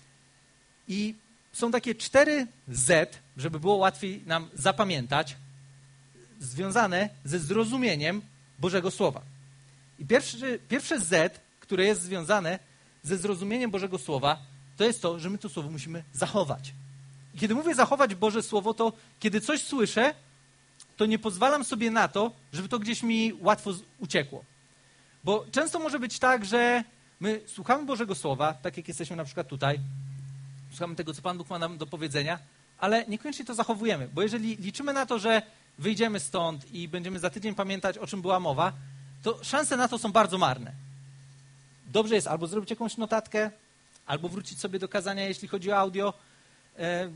I są takie cztery Z, żeby było łatwiej nam zapamiętać, związane ze zrozumieniem Bożego Słowa. I pierwszy, pierwsze Z, które jest związane ze zrozumieniem Bożego Słowa, to jest to, że my to Słowo musimy zachować. I kiedy mówię zachować Boże Słowo, to kiedy coś słyszę, to nie pozwalam sobie na to, żeby to gdzieś mi łatwo uciekło. Bo często może być tak, że my słuchamy Bożego Słowa, tak jak jesteśmy na przykład tutaj, słuchamy tego, co Pan Bóg ma nam do powiedzenia, ale niekoniecznie to zachowujemy. Bo jeżeli liczymy na to, że wyjdziemy stąd i będziemy za tydzień pamiętać, o czym była mowa, to szanse na to są bardzo marne. Dobrze jest albo zrobić jakąś notatkę, albo wrócić sobie do kazania, jeśli chodzi o audio. E,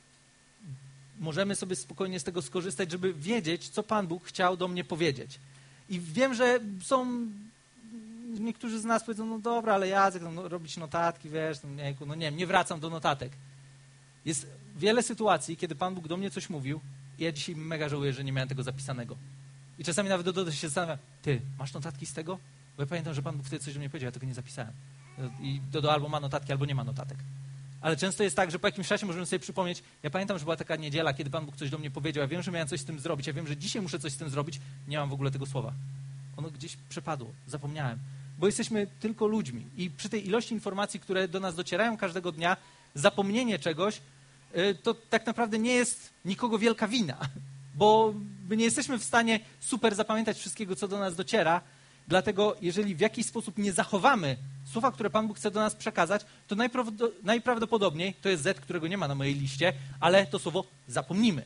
możemy sobie spokojnie z tego skorzystać, żeby wiedzieć, co Pan Bóg chciał do mnie powiedzieć. I wiem, że są niektórzy z nas powiedzą, no dobra, ale Jacek, no, robić notatki, wiesz, no nie, no nie wiem, nie wracam do notatek. Jest wiele sytuacji, kiedy Pan Bóg do mnie coś mówił i ja dzisiaj mega żałuję, że nie miałem tego zapisanego. I czasami nawet do, do, do się zastanawiam, ty, masz notatki z tego? Bo ja pamiętam, że Pan Bóg wtedy coś do mnie powiedział, ja tego nie zapisałem. I do, do albo ma notatki, albo nie ma notatek. Ale często jest tak, że po jakimś czasie możemy sobie przypomnieć, ja pamiętam, że była taka niedziela, kiedy Pan Bóg coś do mnie powiedział, ja wiem, że miałem coś z tym zrobić, ja wiem, że dzisiaj muszę coś z tym zrobić, nie mam w ogóle tego słowa. Ono gdzieś przepadło, zapomniałem. Bo jesteśmy tylko ludźmi i przy tej ilości informacji, które do nas docierają każdego dnia, zapomnienie czegoś, to tak naprawdę nie jest nikogo wielka wina, bo my nie jesteśmy w stanie super zapamiętać wszystkiego, co do nas dociera, dlatego jeżeli w jakiś sposób nie zachowamy słowa, które Pan Bóg chce do nas przekazać, to najprawdopodobniej, to jest Z, którego nie ma na mojej liście, ale to słowo zapomnimy.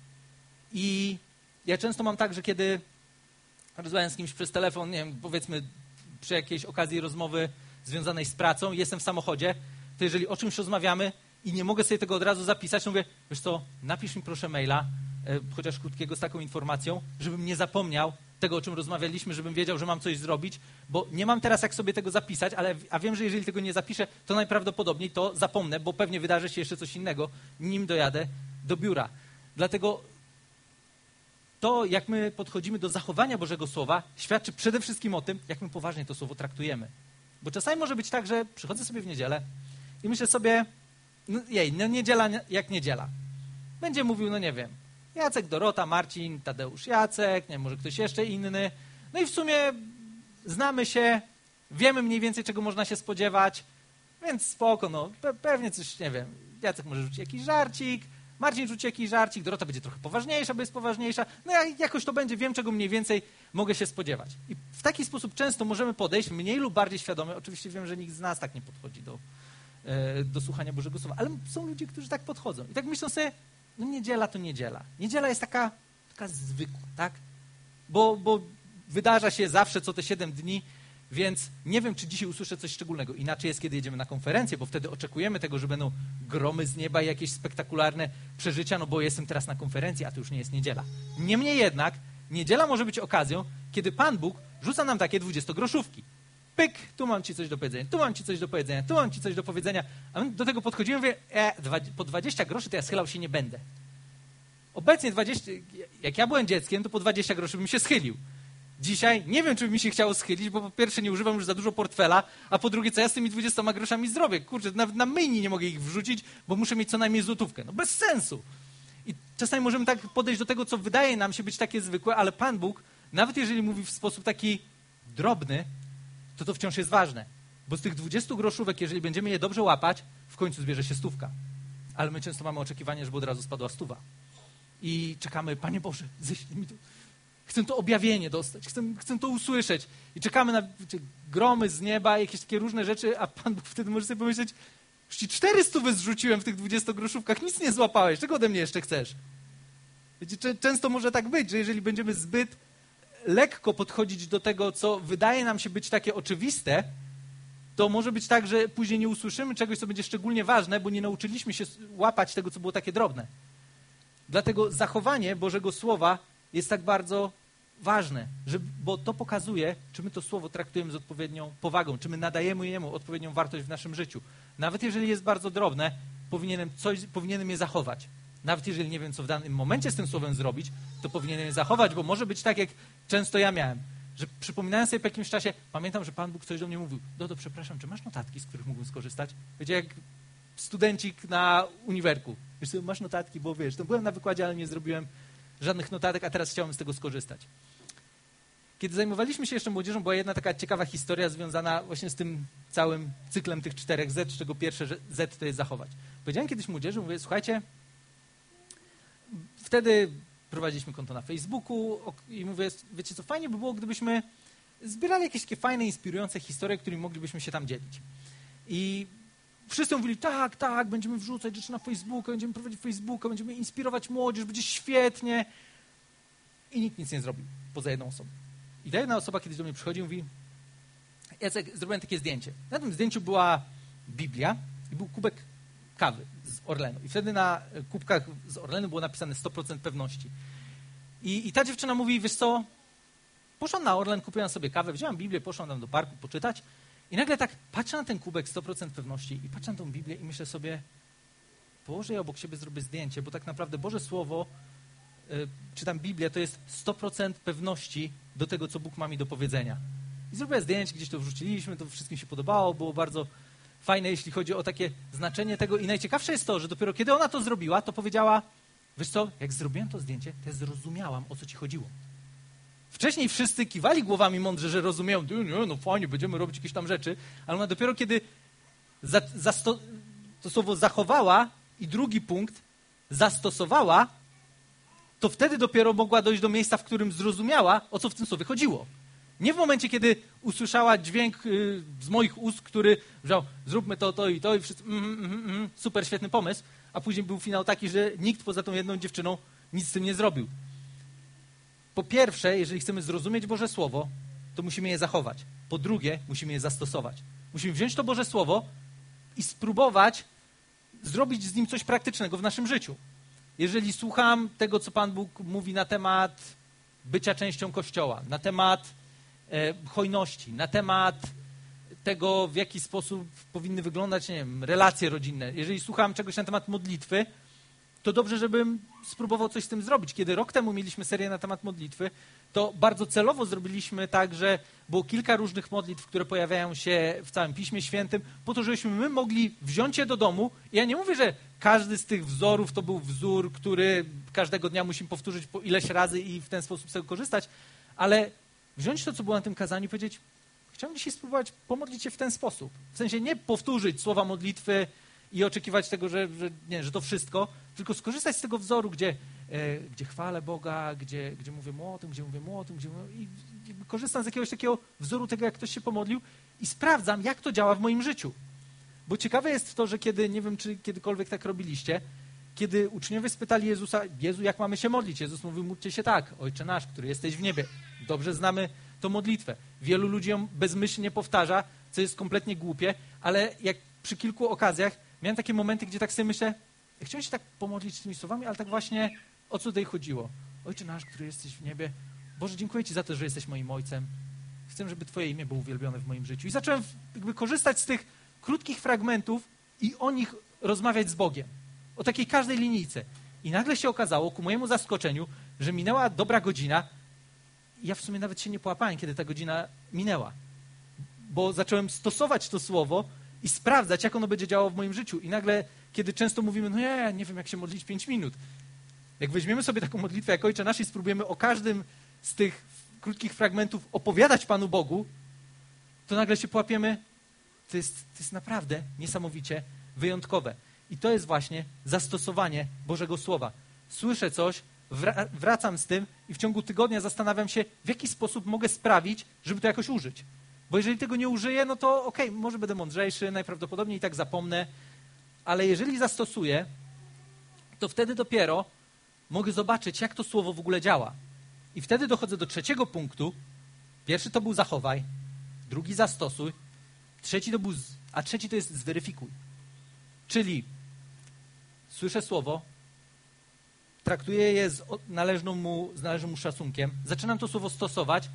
I ja często mam tak, że kiedy rozmawiam z kimś przez telefon, nie wiem, powiedzmy przy jakiejś okazji rozmowy związanej z pracą i jestem w samochodzie, to jeżeli o czymś rozmawiamy i nie mogę sobie tego od razu zapisać, to mówię, wiesz co, napisz mi proszę maila, e, chociaż krótkiego z taką informacją, żebym nie zapomniał tego, o czym rozmawialiśmy, żebym wiedział, że mam coś zrobić, bo nie mam teraz jak sobie tego zapisać, ale a wiem, że jeżeli tego nie zapiszę, to najprawdopodobniej to zapomnę, bo pewnie wydarzy się jeszcze coś innego, nim dojadę do biura. Dlatego to, jak my podchodzimy do zachowania Bożego Słowa, świadczy przede wszystkim o tym, jak my poważnie to Słowo traktujemy. Bo czasami może być tak, że przychodzę sobie w niedzielę i myślę sobie, no jej, no niedziela jak niedziela. Będzie mówił, no nie wiem, Jacek, Dorota, Marcin, Tadeusz, Jacek, nie wiem, może ktoś jeszcze inny. No i w sumie znamy się, wiemy mniej więcej, czego można się spodziewać, więc spoko, no pe- pewnie coś, nie wiem, Jacek może rzucić jakiś żarcik, Marcin rzuci jakiś żarcik, Dorota będzie trochę poważniejsza, bo jest poważniejsza, no ja jakoś to będzie, wiem, czego mniej więcej mogę się spodziewać. I w taki sposób często możemy podejść, mniej lub bardziej świadomie, oczywiście wiem, że nikt z nas tak nie podchodzi do, e, do słuchania Bożego Słowa, ale są ludzie, którzy tak podchodzą. I tak myślą sobie, no niedziela to niedziela. Niedziela jest taka, taka zwykła, tak? Bo, bo wydarza się zawsze co te siedem dni, więc nie wiem, czy dzisiaj usłyszę coś szczególnego. Inaczej jest, kiedy jedziemy na konferencję, bo wtedy oczekujemy tego, że będą gromy z nieba i jakieś spektakularne przeżycia, no bo jestem teraz na konferencji, a to już nie jest niedziela. Niemniej jednak niedziela może być okazją, kiedy Pan Bóg rzuca nam takie dwudziestogroszówki. Pyk, tu mam ci coś do powiedzenia, tu mam ci coś do powiedzenia, tu mam ci coś do powiedzenia. A my do tego podchodzimy i mówię, e, dwa, po dwadzieścia groszy to ja schylał się nie będę. Obecnie dwadzieścia, jak ja byłem dzieckiem, to po dwadzieścia groszy bym się schylił. Dzisiaj nie wiem, czy by mi się chciało schylić, bo po pierwsze nie używam już za dużo portfela, a po drugie, co ja z tymi dwudziestoma groszami zrobię? Kurczę, nawet na myjni nie mogę ich wrzucić, bo muszę mieć co najmniej złotówkę. No bez sensu. I czasami możemy tak podejść do tego, co wydaje nam się być takie zwykłe, ale Pan Bóg, nawet jeżeli mówi w sposób taki drobny, to to wciąż jest ważne. Bo z tych dwudziestu groszówek, jeżeli będziemy je dobrze łapać, w końcu zbierze się stówka. Ale my często mamy oczekiwanie, żeby od razu spadła stuwa. I czekamy, Panie Boże, ześlij mi to. Chcę to objawienie dostać, chcę, chcę to usłyszeć. I czekamy na wiecie, gromy z nieba, jakieś takie różne rzeczy, a Pan Bóg wtedy może sobie pomyśleć, już ci cztery stówy zrzuciłem w tych dwudziestogroszówkach, nic nie złapałeś, czego ode mnie jeszcze chcesz? Wiecie, często może tak być, że jeżeli będziemy zbyt lekko podchodzić do tego, co wydaje nam się być takie oczywiste, to może być tak, że później nie usłyszymy czegoś, co będzie szczególnie ważne, bo nie nauczyliśmy się łapać tego, co było takie drobne. Dlatego zachowanie Bożego Słowa jest tak bardzo ważne, że, bo to pokazuje, czy my to Słowo traktujemy z odpowiednią powagą, czy my nadajemy jemu odpowiednią wartość w naszym życiu. Nawet jeżeli jest bardzo drobne, powinienem, coś, powinienem je zachować. Nawet jeżeli nie wiem, co w danym momencie z tym Słowem zrobić, to powinienem je zachować, bo może być tak, jak często ja miałem, że przypominałem sobie po jakimś czasie, pamiętam, że Pan Bóg coś do mnie mówił. Dodo, przepraszam, czy masz notatki, z których mógłbym skorzystać? Wiecie, jak studencik na uniwerku. Wiesz, masz notatki, bo wiesz, to byłem na wykładzie, ale nie zrobiłem żadnych notatek, a teraz chciałem z tego skorzystać. Kiedy zajmowaliśmy się jeszcze młodzieżą, była jedna taka ciekawa historia związana właśnie z tym całym cyklem tych czterech Z, z czego pierwsze Z to jest zachować. Powiedziałem kiedyś młodzieży, mówię, słuchajcie, wtedy prowadziliśmy konto na Facebooku i mówię, wiecie co, fajnie by było, gdybyśmy zbierali jakieś takie fajne, inspirujące historie, którymi moglibyśmy się tam dzielić. I wszyscy mówili, tak, tak, będziemy wrzucać rzeczy na Facebooka, będziemy prowadzić Facebooka, będziemy inspirować młodzież, będzie świetnie. I nikt nic nie zrobił, poza jedną osobą. I ta jedna osoba kiedyś do mnie przychodzi i mówi, Jacek, zrobiłem takie zdjęcie. Na tym zdjęciu była Biblia i był kubek kawy z Orlenu. I wtedy na kubkach z Orlenu było napisane sto procent pewności. I, I ta dziewczyna mówi, wiesz co, poszłam na Orlen, kupiłam sobie kawę, wzięłam Biblię, poszłam tam do parku poczytać i nagle tak patrzę na ten kubek sto procent pewności i patrzę na tą Biblię i myślę sobie, położę je obok siebie, zrobię zdjęcie, bo tak naprawdę Boże Słowo, yy, czytam Biblię, to jest sto procent pewności do tego, co Bóg ma mi do powiedzenia. I zrobiłem zdjęcie, gdzieś to wrzuciliśmy, to wszystkim się podobało, było bardzo fajne, jeśli chodzi o takie znaczenie tego. I najciekawsze jest to, że dopiero kiedy ona to zrobiła, to powiedziała, wiesz co, jak zrobiłem to zdjęcie, to ja zrozumiałam, o co ci chodziło. Wcześniej wszyscy kiwali głowami mądrze, że rozumieją, nie, no fajnie, będziemy robić jakieś tam rzeczy, ale ona dopiero kiedy za, za sto, to słowo zachowała i drugi punkt zastosowała, to wtedy dopiero mogła dojść do miejsca, w którym zrozumiała, o co w tym słowie chodziło. Nie w momencie, kiedy usłyszała dźwięk y, z moich ust, który brzmiał, zróbmy to, to i to i wszyscy, mm, mm, mm, super, świetny pomysł, a później był finał taki, że nikt poza tą jedną dziewczyną nic z tym nie zrobił. Po pierwsze, jeżeli chcemy zrozumieć Boże Słowo, to musimy je zachować. Po drugie, musimy je zastosować. Musimy wziąć to Boże Słowo i spróbować zrobić z nim coś praktycznego w naszym życiu. Jeżeli słucham tego, co Pan Bóg mówi na temat bycia częścią Kościoła, na temat e, hojności, na temat tego, w jaki sposób powinny wyglądać, nie wiem, relacje rodzinne. Jeżeli słucham czegoś na temat modlitwy, to dobrze, żebym spróbował coś z tym zrobić. Kiedy rok temu mieliśmy serię na temat modlitwy, to bardzo celowo zrobiliśmy tak, że było kilka różnych modlitw, które pojawiają się w całym Piśmie Świętym, po to, żebyśmy my mogli wziąć je do domu. I ja nie mówię, że każdy z tych wzorów to był wzór, który każdego dnia musimy powtórzyć po ileś razy i w ten sposób z tego korzystać, ale wziąć to, co było na tym kazaniu i powiedzieć, chciałbym dzisiaj spróbować pomodlić się w ten sposób. W sensie nie powtórzyć słowa modlitwy i oczekiwać tego, że, że, nie, że to wszystko, tylko skorzystać z tego wzoru, gdzie, e, gdzie chwalę Boga, gdzie, gdzie mówię mu o tym, gdzie mówię mu o tym, gdzie mówię, i, i korzystam z jakiegoś takiego wzoru tego, jak ktoś się pomodlił i sprawdzam, jak to działa w moim życiu. Bo ciekawe jest to, że kiedy, nie wiem, czy kiedykolwiek tak robiliście, kiedy uczniowie spytali Jezusa, Jezu, jak mamy się modlić? Jezus mówił, módlcie się tak, Ojcze nasz, który jesteś w niebie. Dobrze znamy tą modlitwę. Wielu ludzi ją bezmyślnie powtarza, co jest kompletnie głupie, ale jak przy kilku okazjach miałem takie momenty, gdzie tak sobie myślę, ja chciałem się tak pomodlić tymi słowami, ale tak właśnie o co tutaj chodziło? Ojcze nasz, który jesteś w niebie, Boże, dziękuję Ci za to, że jesteś moim Ojcem. Chcę, żeby Twoje imię było uwielbione w moim życiu. I zacząłem jakby korzystać z tych krótkich fragmentów i o nich rozmawiać z Bogiem. O takiej każdej linijce. I nagle się okazało, ku mojemu zaskoczeniu, że minęła dobra godzina i ja w sumie nawet się nie połapałem, kiedy ta godzina minęła. Bo zacząłem stosować to słowo i sprawdzać, jak ono będzie działało w moim życiu. I nagle, kiedy często mówimy, no ja nie wiem, jak się modlić pięć minut. Jak weźmiemy sobie taką modlitwę jak Ojcze Nasz i spróbujemy o każdym z tych krótkich fragmentów opowiadać Panu Bogu, to nagle się połapiemy, to jest, to jest naprawdę niesamowicie wyjątkowe. I to jest właśnie zastosowanie Bożego Słowa. Słyszę coś, wra- wracam z tym i w ciągu tygodnia zastanawiam się, w jaki sposób mogę sprawić, żeby to jakoś użyć. Bo jeżeli tego nie użyję, no to okej, okay, może będę mądrzejszy, najprawdopodobniej i tak zapomnę, ale jeżeli zastosuję, to wtedy dopiero mogę zobaczyć, jak to słowo w ogóle działa. I wtedy dochodzę do trzeciego punktu. Pierwszy to był zachowaj, drugi zastosuj, trzeci to był, z... a trzeci to jest zweryfikuj. Czyli słyszę słowo, traktuję je z należną mu, z należnym mu szacunkiem, zaczynam to słowo stosować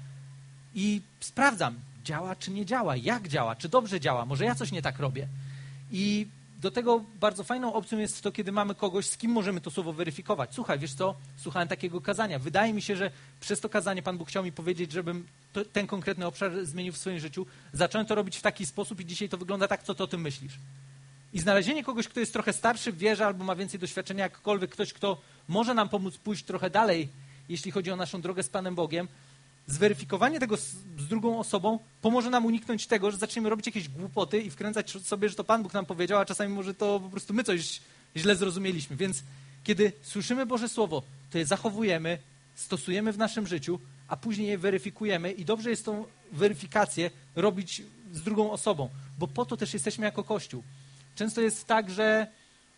i sprawdzam, działa czy nie działa, jak działa, czy dobrze działa, może ja coś nie tak robię. I do tego bardzo fajną opcją jest to, kiedy mamy kogoś, z kim możemy to słowo weryfikować. Słuchaj, wiesz co, słuchałem takiego kazania. Wydaje mi się, że przez to kazanie Pan Bóg chciał mi powiedzieć, żebym to, ten konkretny obszar zmienił w swoim życiu. Zacząłem to robić w taki sposób i dzisiaj to wygląda tak, co ty o tym myślisz. I znalezienie kogoś, kto jest trochę starszy w wierze albo ma więcej doświadczenia, jakkolwiek ktoś, kto może nam pomóc pójść trochę dalej, jeśli chodzi o naszą drogę z Panem Bogiem, zweryfikowanie tego z, z drugą osobą pomoże nam uniknąć tego, że zaczniemy robić jakieś głupoty i wkręcać sobie, że to Pan Bóg nam powiedział, a czasami może to po prostu my coś źle zrozumieliśmy. Więc kiedy słyszymy Boże Słowo, to je zachowujemy, stosujemy w naszym życiu, a później je weryfikujemy i dobrze jest tą weryfikację robić z drugą osobą, bo po to też jesteśmy jako Kościół. Często jest tak, że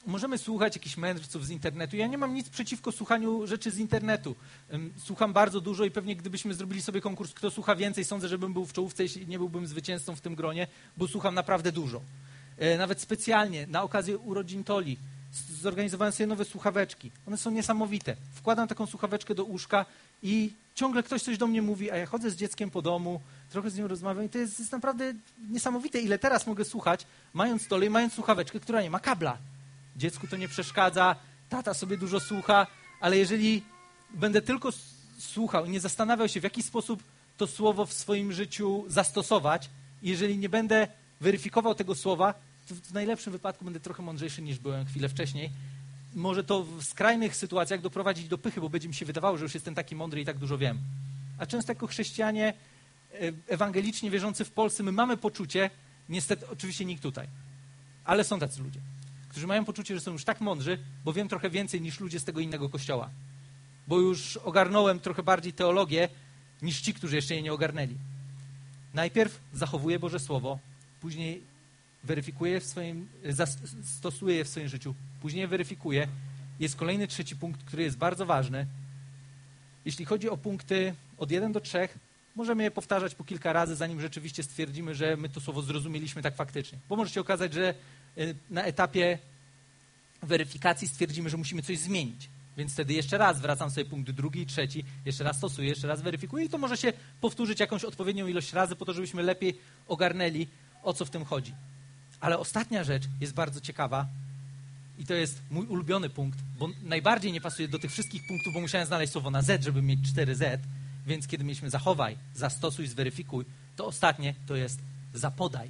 możemy słuchać jakichś mędrców z internetu. Ja nie mam nic przeciwko słuchaniu rzeczy z internetu. Słucham bardzo dużo i pewnie gdybyśmy zrobili sobie konkurs, kto słucha więcej, sądzę, żebym był w czołówce, jeśli nie byłbym zwycięzcą w tym gronie, bo słucham naprawdę dużo. Nawet specjalnie, na okazję urodzin Toli, zorganizowałem sobie nowe słuchaweczki. One są niesamowite. Wkładam taką słuchaweczkę do uszka i ciągle ktoś coś do mnie mówi, a ja chodzę z dzieckiem po domu, trochę z nią rozmawiam i to jest, jest naprawdę niesamowite, ile teraz mogę słuchać, mając Tolę i mając słuchaweczkę, która nie ma kabla. Dziecku to nie przeszkadza, tata sobie dużo słucha, ale jeżeli będę tylko słuchał i nie zastanawiał się, w jaki sposób to słowo w swoim życiu zastosować, i jeżeli nie będę weryfikował tego słowa, to w najlepszym wypadku będę trochę mądrzejszy niż byłem chwilę wcześniej. Może to w skrajnych sytuacjach doprowadzić do pychy, bo będzie mi się wydawało, że już jestem taki mądry i tak dużo wiem. A często jako chrześcijanie ewangelicznie wierzący w Polsce, my mamy poczucie, niestety oczywiście nikt tutaj, ale są tacy ludzie, którzy mają poczucie, że są już tak mądrzy, bo wiem trochę więcej niż ludzie z tego innego kościoła. Bo już ogarnąłem trochę bardziej teologię niż ci, którzy jeszcze jej nie ogarnęli. Najpierw zachowuję Boże Słowo, później weryfikuję w swoim, stosuję je w swoim życiu, później je weryfikuję. Jest kolejny trzeci punkt, który jest bardzo ważny. Jeśli chodzi o punkty od jeden do trzech, możemy je powtarzać po kilka razy, zanim rzeczywiście stwierdzimy, że my to słowo zrozumieliśmy tak faktycznie. Bo może się okazać, że na etapie weryfikacji stwierdzimy, że musimy coś zmienić. Więc wtedy jeszcze raz wracam sobie punkt drugi i trzeci, jeszcze raz stosuję, jeszcze raz weryfikuję i to może się powtórzyć jakąś odpowiednią ilość razy po to, żebyśmy lepiej ogarnęli, o co w tym chodzi. Ale ostatnia rzecz jest bardzo ciekawa i to jest mój ulubiony punkt, bo najbardziej nie pasuje do tych wszystkich punktów, bo musiałem znaleźć słowo na Z, żeby mieć cztery Z, więc kiedy mieliśmy zachowaj, zastosuj, zweryfikuj, to ostatnie to jest zapodaj.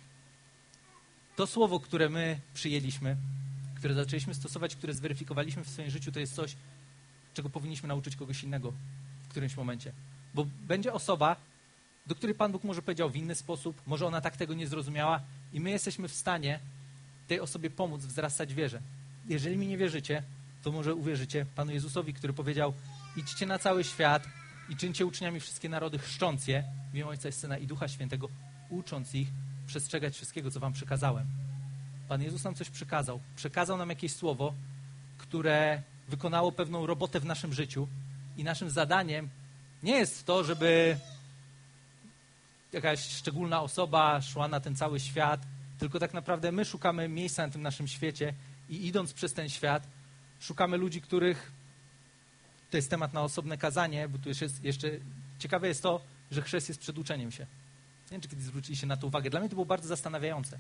To słowo, które my przyjęliśmy, które zaczęliśmy stosować, które zweryfikowaliśmy w swoim życiu, to jest coś, czego powinniśmy nauczyć kogoś innego w którymś momencie. Bo będzie osoba, do której Pan Bóg może powiedział w inny sposób, może ona tak tego nie zrozumiała i my jesteśmy w stanie tej osobie pomóc wzrastać w wierze. Jeżeli mi nie wierzycie, to może uwierzycie Panu Jezusowi, który powiedział: idźcie na cały świat i czyńcie uczniami wszystkie narody, chrzcząc je w imię Ojca i Syna i Ducha Świętego, ucząc ich przestrzegać wszystkiego, co wam przykazałem. Pan Jezus nam coś przykazał. Przekazał nam jakieś słowo, które wykonało pewną robotę w naszym życiu i naszym zadaniem nie jest to, żeby jakaś szczególna osoba szła na ten cały świat, tylko tak naprawdę my szukamy miejsca na tym naszym świecie i idąc przez ten świat, szukamy ludzi, których to jest temat na osobne kazanie, bo tu jeszcze, jeszcze ciekawe jest to, że chrzest jest przed uczeniem się. Nie wiem, czy kiedyś zwróciliście na to uwagę. Dla mnie to było bardzo zastanawiające.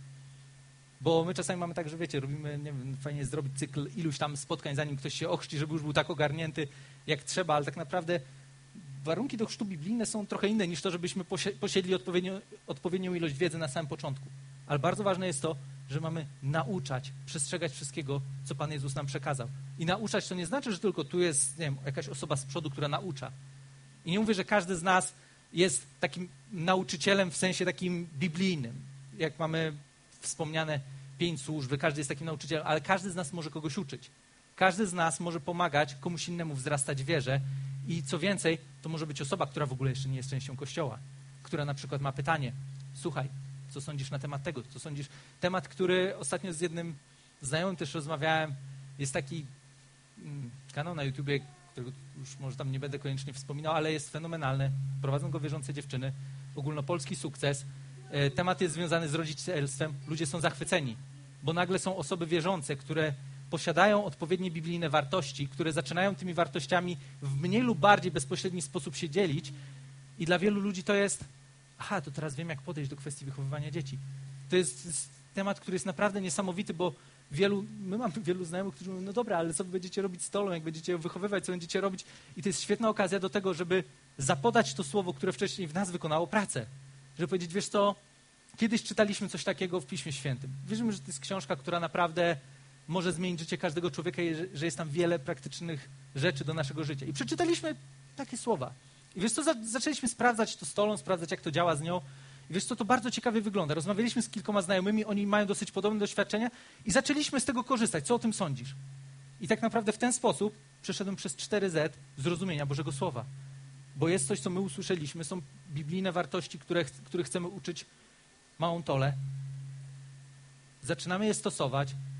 Bo my czasami mamy tak, że wiecie, robimy, nie wiem, fajnie jest zrobić cykl iluś tam spotkań, zanim ktoś się ochrzci, żeby już był tak ogarnięty, jak trzeba, ale tak naprawdę warunki do chrztu biblijne są trochę inne niż to, żebyśmy posiedli odpowiednią, odpowiednią ilość wiedzy na samym początku. Ale bardzo ważne jest to, że mamy nauczać, przestrzegać wszystkiego, co Pan Jezus nam przekazał. I nauczać to nie znaczy, że tylko tu jest, nie wiem, jakaś osoba z przodu, która naucza. I nie mówię, że każdy z nas jest takim nauczycielem w sensie takim biblijnym. Jak mamy wspomniane pięć służb, każdy jest takim nauczycielem, ale każdy z nas może kogoś uczyć. Każdy z nas może pomagać komuś innemu wzrastać w wierze i co więcej, to może być osoba, która w ogóle jeszcze nie jest częścią Kościoła, która na przykład ma pytanie: słuchaj, co sądzisz na temat tego? Co sądzisz? Temat, który ostatnio z jednym znajomym też rozmawiałem, jest taki mm, kanał na YouTubie, którego już może tam nie będę koniecznie wspominał, ale jest fenomenalny. Prowadzą go wierzące dziewczyny. Ogólnopolski sukces. Temat jest związany z rodzicielstwem. Ludzie są zachwyceni, bo nagle są osoby wierzące, które posiadają odpowiednie biblijne wartości, które zaczynają tymi wartościami w mniej lub bardziej bezpośredni sposób się dzielić i dla wielu ludzi to jest: aha, to teraz wiem, jak podejść do kwestii wychowywania dzieci. To jest, jest temat, który jest naprawdę niesamowity, bo wielu, my mamy wielu znajomych, którzy mówią: no dobra, ale co wy będziecie robić z Tolą, jak będziecie ją wychowywać, co będziecie robić? I to jest świetna okazja do tego, żeby zapodać to słowo, które wcześniej w nas wykonało pracę. Żeby powiedzieć: wiesz co, kiedyś czytaliśmy coś takiego w Piśmie Świętym. Wierzymy, że to jest książka, która naprawdę może zmienić życie każdego człowieka i że jest tam wiele praktycznych rzeczy do naszego życia. I przeczytaliśmy takie słowa. I wiesz co, zaczęliśmy sprawdzać to z Tolą, sprawdzać, jak to działa z nią. I wiesz co, to bardzo ciekawie wygląda. Rozmawialiśmy z kilkoma znajomymi, oni mają dosyć podobne doświadczenia i zaczęliśmy z tego korzystać. Co o tym sądzisz? I tak naprawdę w ten sposób przeszedłem przez cztery Z zrozumienia Bożego Słowa. Bo jest coś, co my usłyszeliśmy, są biblijne wartości, które, których chcemy uczyć małą Tolę. Zaczynamy je stosować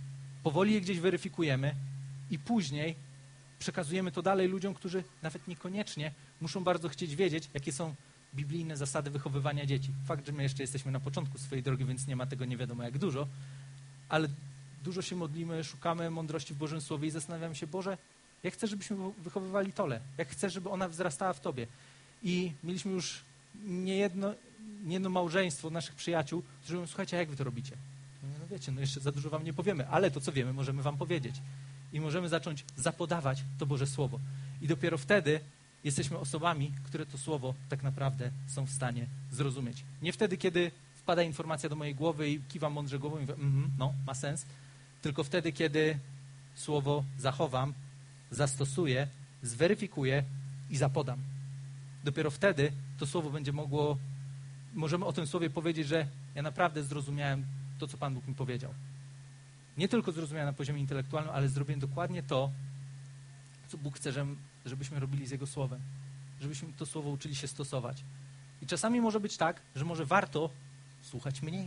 powoli je gdzieś weryfikujemy i później przekazujemy to dalej ludziom, którzy nawet niekoniecznie muszą bardzo chcieć wiedzieć, jakie są biblijne zasady wychowywania dzieci. Fakt, że my jeszcze jesteśmy na początku swojej drogi, więc nie ma tego nie wiadomo jak dużo, ale dużo się modlimy, szukamy mądrości w Bożym Słowie i zastanawiamy się, Boże, jak chcesz, żebyśmy wychowywali Tolę? Jak chcesz, żeby ona wzrastała w Tobie? I mieliśmy już niejedno, niejedno małżeństwo naszych przyjaciół, którzy mówią, słuchajcie, a jak wy to robicie? No wiecie, no jeszcze za dużo wam nie powiemy, ale to, co wiemy, możemy wam powiedzieć. I możemy zacząć zapodawać to Boże Słowo. I dopiero wtedy jesteśmy osobami, które to Słowo tak naprawdę są w stanie zrozumieć. Nie wtedy, kiedy wpada informacja do mojej głowy i kiwam mądrze głową i mówię, mm, no, ma sens, tylko wtedy, kiedy Słowo zachowam, zastosuję, zweryfikuję i zapodam. Dopiero wtedy to Słowo będzie mogło, możemy o tym Słowie powiedzieć, że ja naprawdę zrozumiałem to, co Pan Bóg mi powiedział. Nie tylko zrozumiałem na poziomie intelektualnym, ale zrobiłem dokładnie to, co Bóg chce, żebyśmy robili z Jego Słowem. Żebyśmy to Słowo uczyli się stosować. I czasami może być tak, że może warto słuchać mniej.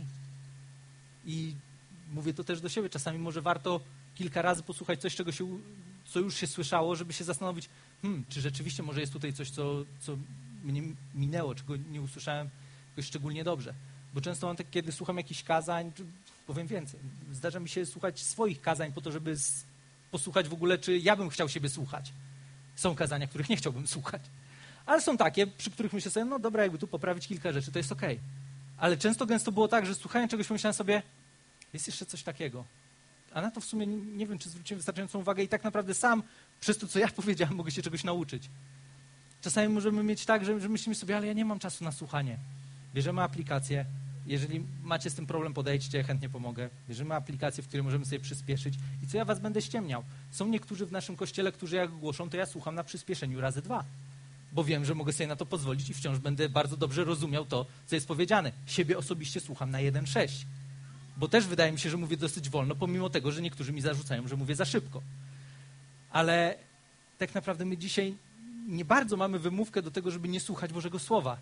I mówię to też do siebie. Czasami może warto kilka razy posłuchać coś, czego się, co już się słyszało, żeby się zastanowić, hmm, czy rzeczywiście może jest tutaj coś, co, co mnie minęło, czego nie usłyszałem jakoś szczególnie dobrze. Bo często mam tak, kiedy słucham jakichś kazań, powiem więcej, zdarza mi się słuchać swoich kazań po to, żeby z, posłuchać w ogóle, czy ja bym chciał siebie słuchać. Są kazania, których nie chciałbym słuchać. Ale są takie, przy których myślę sobie, no dobra, jakby tu poprawić kilka rzeczy, to jest okej. Ale często gęsto było tak, że słuchając czegoś pomyślałem sobie, jest jeszcze coś takiego. A na to w sumie nie, nie wiem, czy zwróciłem wystarczającą uwagę i tak naprawdę sam przez to, co ja powiedziałem, mogę się czegoś nauczyć. Czasami możemy mieć tak, że, że myślimy sobie, ale ja nie mam czasu na słuchanie. Bierzemy aplikację, jeżeli macie z tym problem, podejdźcie, chętnie pomogę. Bierzemy aplikację, w której możemy sobie przyspieszyć. I co ja was będę ściemniał? Są niektórzy w naszym kościele, którzy jak głoszą, to ja słucham na przyspieszeniu razy dwa. Bo wiem, że mogę sobie na to pozwolić i wciąż będę bardzo dobrze rozumiał to, co jest powiedziane. Siebie osobiście słucham na jeden sześć. Bo też wydaje mi się, że mówię dosyć wolno, pomimo tego, że niektórzy mi zarzucają, że mówię za szybko. Ale tak naprawdę my dzisiaj nie bardzo mamy wymówkę do tego, żeby nie słuchać Bożego Słowa.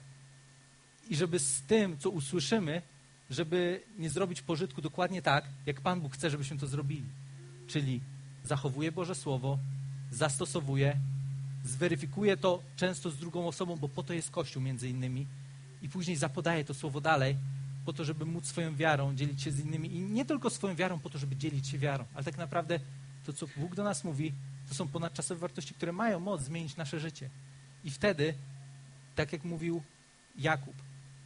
I żeby z tym, co usłyszymy, żeby nie zrobić pożytku dokładnie tak, jak Pan Bóg chce, żebyśmy to zrobili. Czyli zachowuję Boże Słowo, zastosowuję, zweryfikuję to często z drugą osobą, bo po to jest Kościół między innymi i później zapodaję to Słowo dalej, po to, żeby móc swoją wiarą dzielić się z innymi i nie tylko swoją wiarą po to, żeby dzielić się wiarą, ale tak naprawdę to, co Bóg do nas mówi, to są ponadczasowe wartości, które mają moc zmienić nasze życie. I wtedy, tak jak mówił Jakub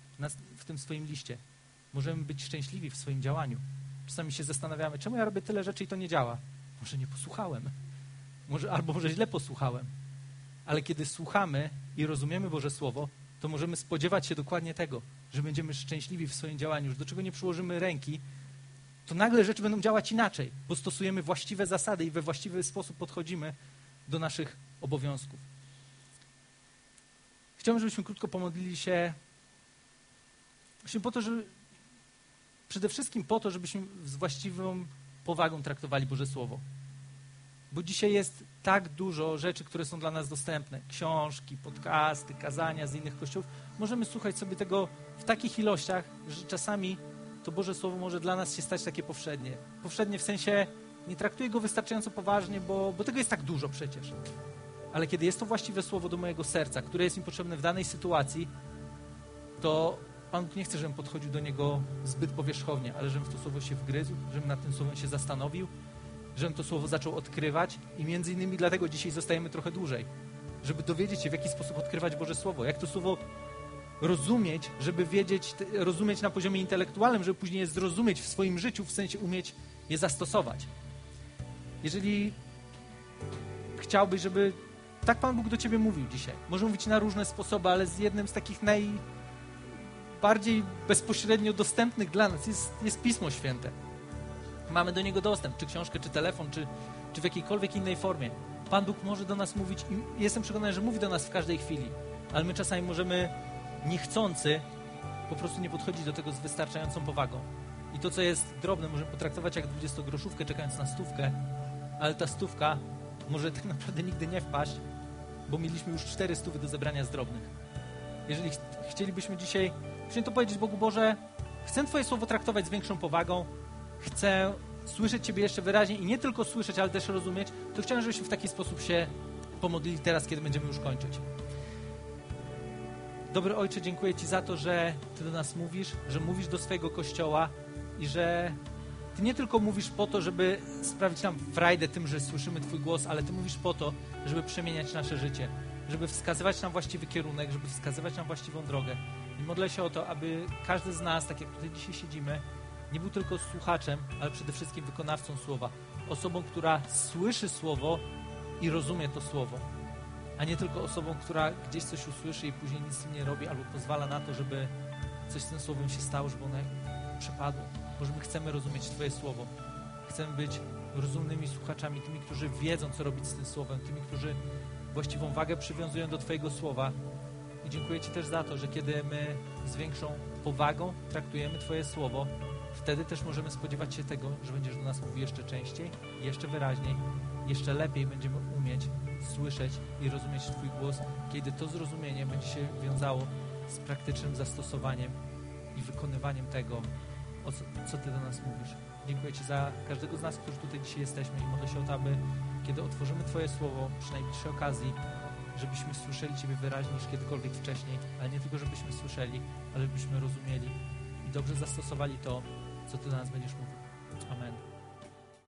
w tym swoim liście, możemy być szczęśliwi w swoim działaniu. Czasami się zastanawiamy, czemu ja robię tyle rzeczy i to nie działa. Może nie posłuchałem. Może, albo może źle posłuchałem. Ale kiedy słuchamy i rozumiemy Boże Słowo, to możemy spodziewać się dokładnie tego, że będziemy szczęśliwi w swoim działaniu, że do czego nie przyłożymy ręki, to nagle rzeczy będą działać inaczej, bo stosujemy właściwe zasady i we właściwy sposób podchodzimy do naszych obowiązków. Chciałbym, żebyśmy krótko pomodlili się właśnie po to, że przede wszystkim po to, żebyśmy z właściwą powagą traktowali Boże Słowo. Bo dzisiaj jest tak dużo rzeczy, które są dla nas dostępne. Książki, podcasty, kazania z innych kościołów. Możemy słuchać sobie tego w takich ilościach, że czasami to Boże Słowo może dla nas się stać takie powszednie. Powszednie w sensie nie traktuję go wystarczająco poważnie, bo, bo tego jest tak dużo przecież. Ale kiedy jest to właściwe Słowo do mojego serca, które jest mi potrzebne w danej sytuacji, to Pan Bóg nie chce, żebym podchodził do niego zbyt powierzchownie, ale żebym w to Słowo się wgryzł, żebym nad tym Słowem się zastanowił, żebym to Słowo zaczął odkrywać i między innymi dlatego dzisiaj zostajemy trochę dłużej, żeby dowiedzieć się, w jaki sposób odkrywać Boże Słowo, jak to Słowo rozumieć, żeby wiedzieć, rozumieć na poziomie intelektualnym, żeby później je zrozumieć w swoim życiu, w sensie umieć je zastosować. Jeżeli chciałbyś, żeby tak Pan Bóg do ciebie mówił dzisiaj, może mówić na różne sposoby, ale z jednym z takich najbardziej bezpośrednio dostępnych dla nas jest, jest Pismo Święte. Mamy do niego dostęp, czy książkę, czy telefon, czy, czy w jakiejkolwiek innej formie. Pan Bóg może do nas mówić i jestem przekonany, że mówi do nas w każdej chwili, ale my czasami możemy niechcący po prostu nie podchodzić do tego z wystarczającą powagą. I to, co jest drobne, możemy potraktować jak dwudziestogroszówkę, czekając na stówkę, ale ta stówka może tak naprawdę nigdy nie wpaść, bo mieliśmy już cztery stówy do zebrania z drobnych. Jeżeli ch chcielibyśmy dzisiaj, musimy to powiedzieć Bogu, Boże, chcę Twoje Słowo traktować z większą powagą, chcę słyszeć Ciebie jeszcze wyraźniej i nie tylko słyszeć, ale też rozumieć, to chciałem, żebyśmy w taki sposób się pomodlili teraz, kiedy będziemy już kończyć. Dobry Ojcze, dziękuję Ci za to, że Ty do nas mówisz, że mówisz do swojego Kościoła i że Ty nie tylko mówisz po to, żeby sprawić nam frajdę tym, że słyszymy Twój głos, ale Ty mówisz po to, żeby przemieniać nasze życie, żeby wskazywać nam właściwy kierunek, żeby wskazywać nam właściwą drogę. I modlę się o to, aby każdy z nas, tak jak tutaj dzisiaj siedzimy, nie był tylko słuchaczem, ale przede wszystkim wykonawcą słowa. Osobą, która słyszy słowo i rozumie to słowo, a nie tylko osobą, która gdzieś coś usłyszy i później nic z tym nie robi albo pozwala na to, żeby coś z tym słowem się stało, żeby ono przepadło. Może my chcemy rozumieć Twoje słowo. Chcemy być rozumnymi słuchaczami, tymi, którzy wiedzą, co robić z tym słowem, tymi, którzy właściwą wagę przywiązują do Twojego słowa. I dziękuję Ci też za to, że kiedy my z większą powagą traktujemy Twoje słowo, wtedy też możemy spodziewać się tego, że będziesz do nas mówił jeszcze częściej, jeszcze wyraźniej, jeszcze lepiej będziemy umieć słyszeć i rozumieć Twój głos, kiedy to zrozumienie będzie się wiązało z praktycznym zastosowaniem i wykonywaniem tego, o co, co Ty do nas mówisz. Dziękuję Ci za każdego z nas, którzy tutaj dzisiaj jesteśmy i modlę się o to, aby kiedy otworzymy Twoje słowo przy najbliższej okazji, żebyśmy słyszeli Ciebie wyraźniej niż kiedykolwiek wcześniej, ale nie tylko, żebyśmy słyszeli, ale żebyśmy rozumieli i dobrze zastosowali to, co Ty do nas będziesz mówił. Amen.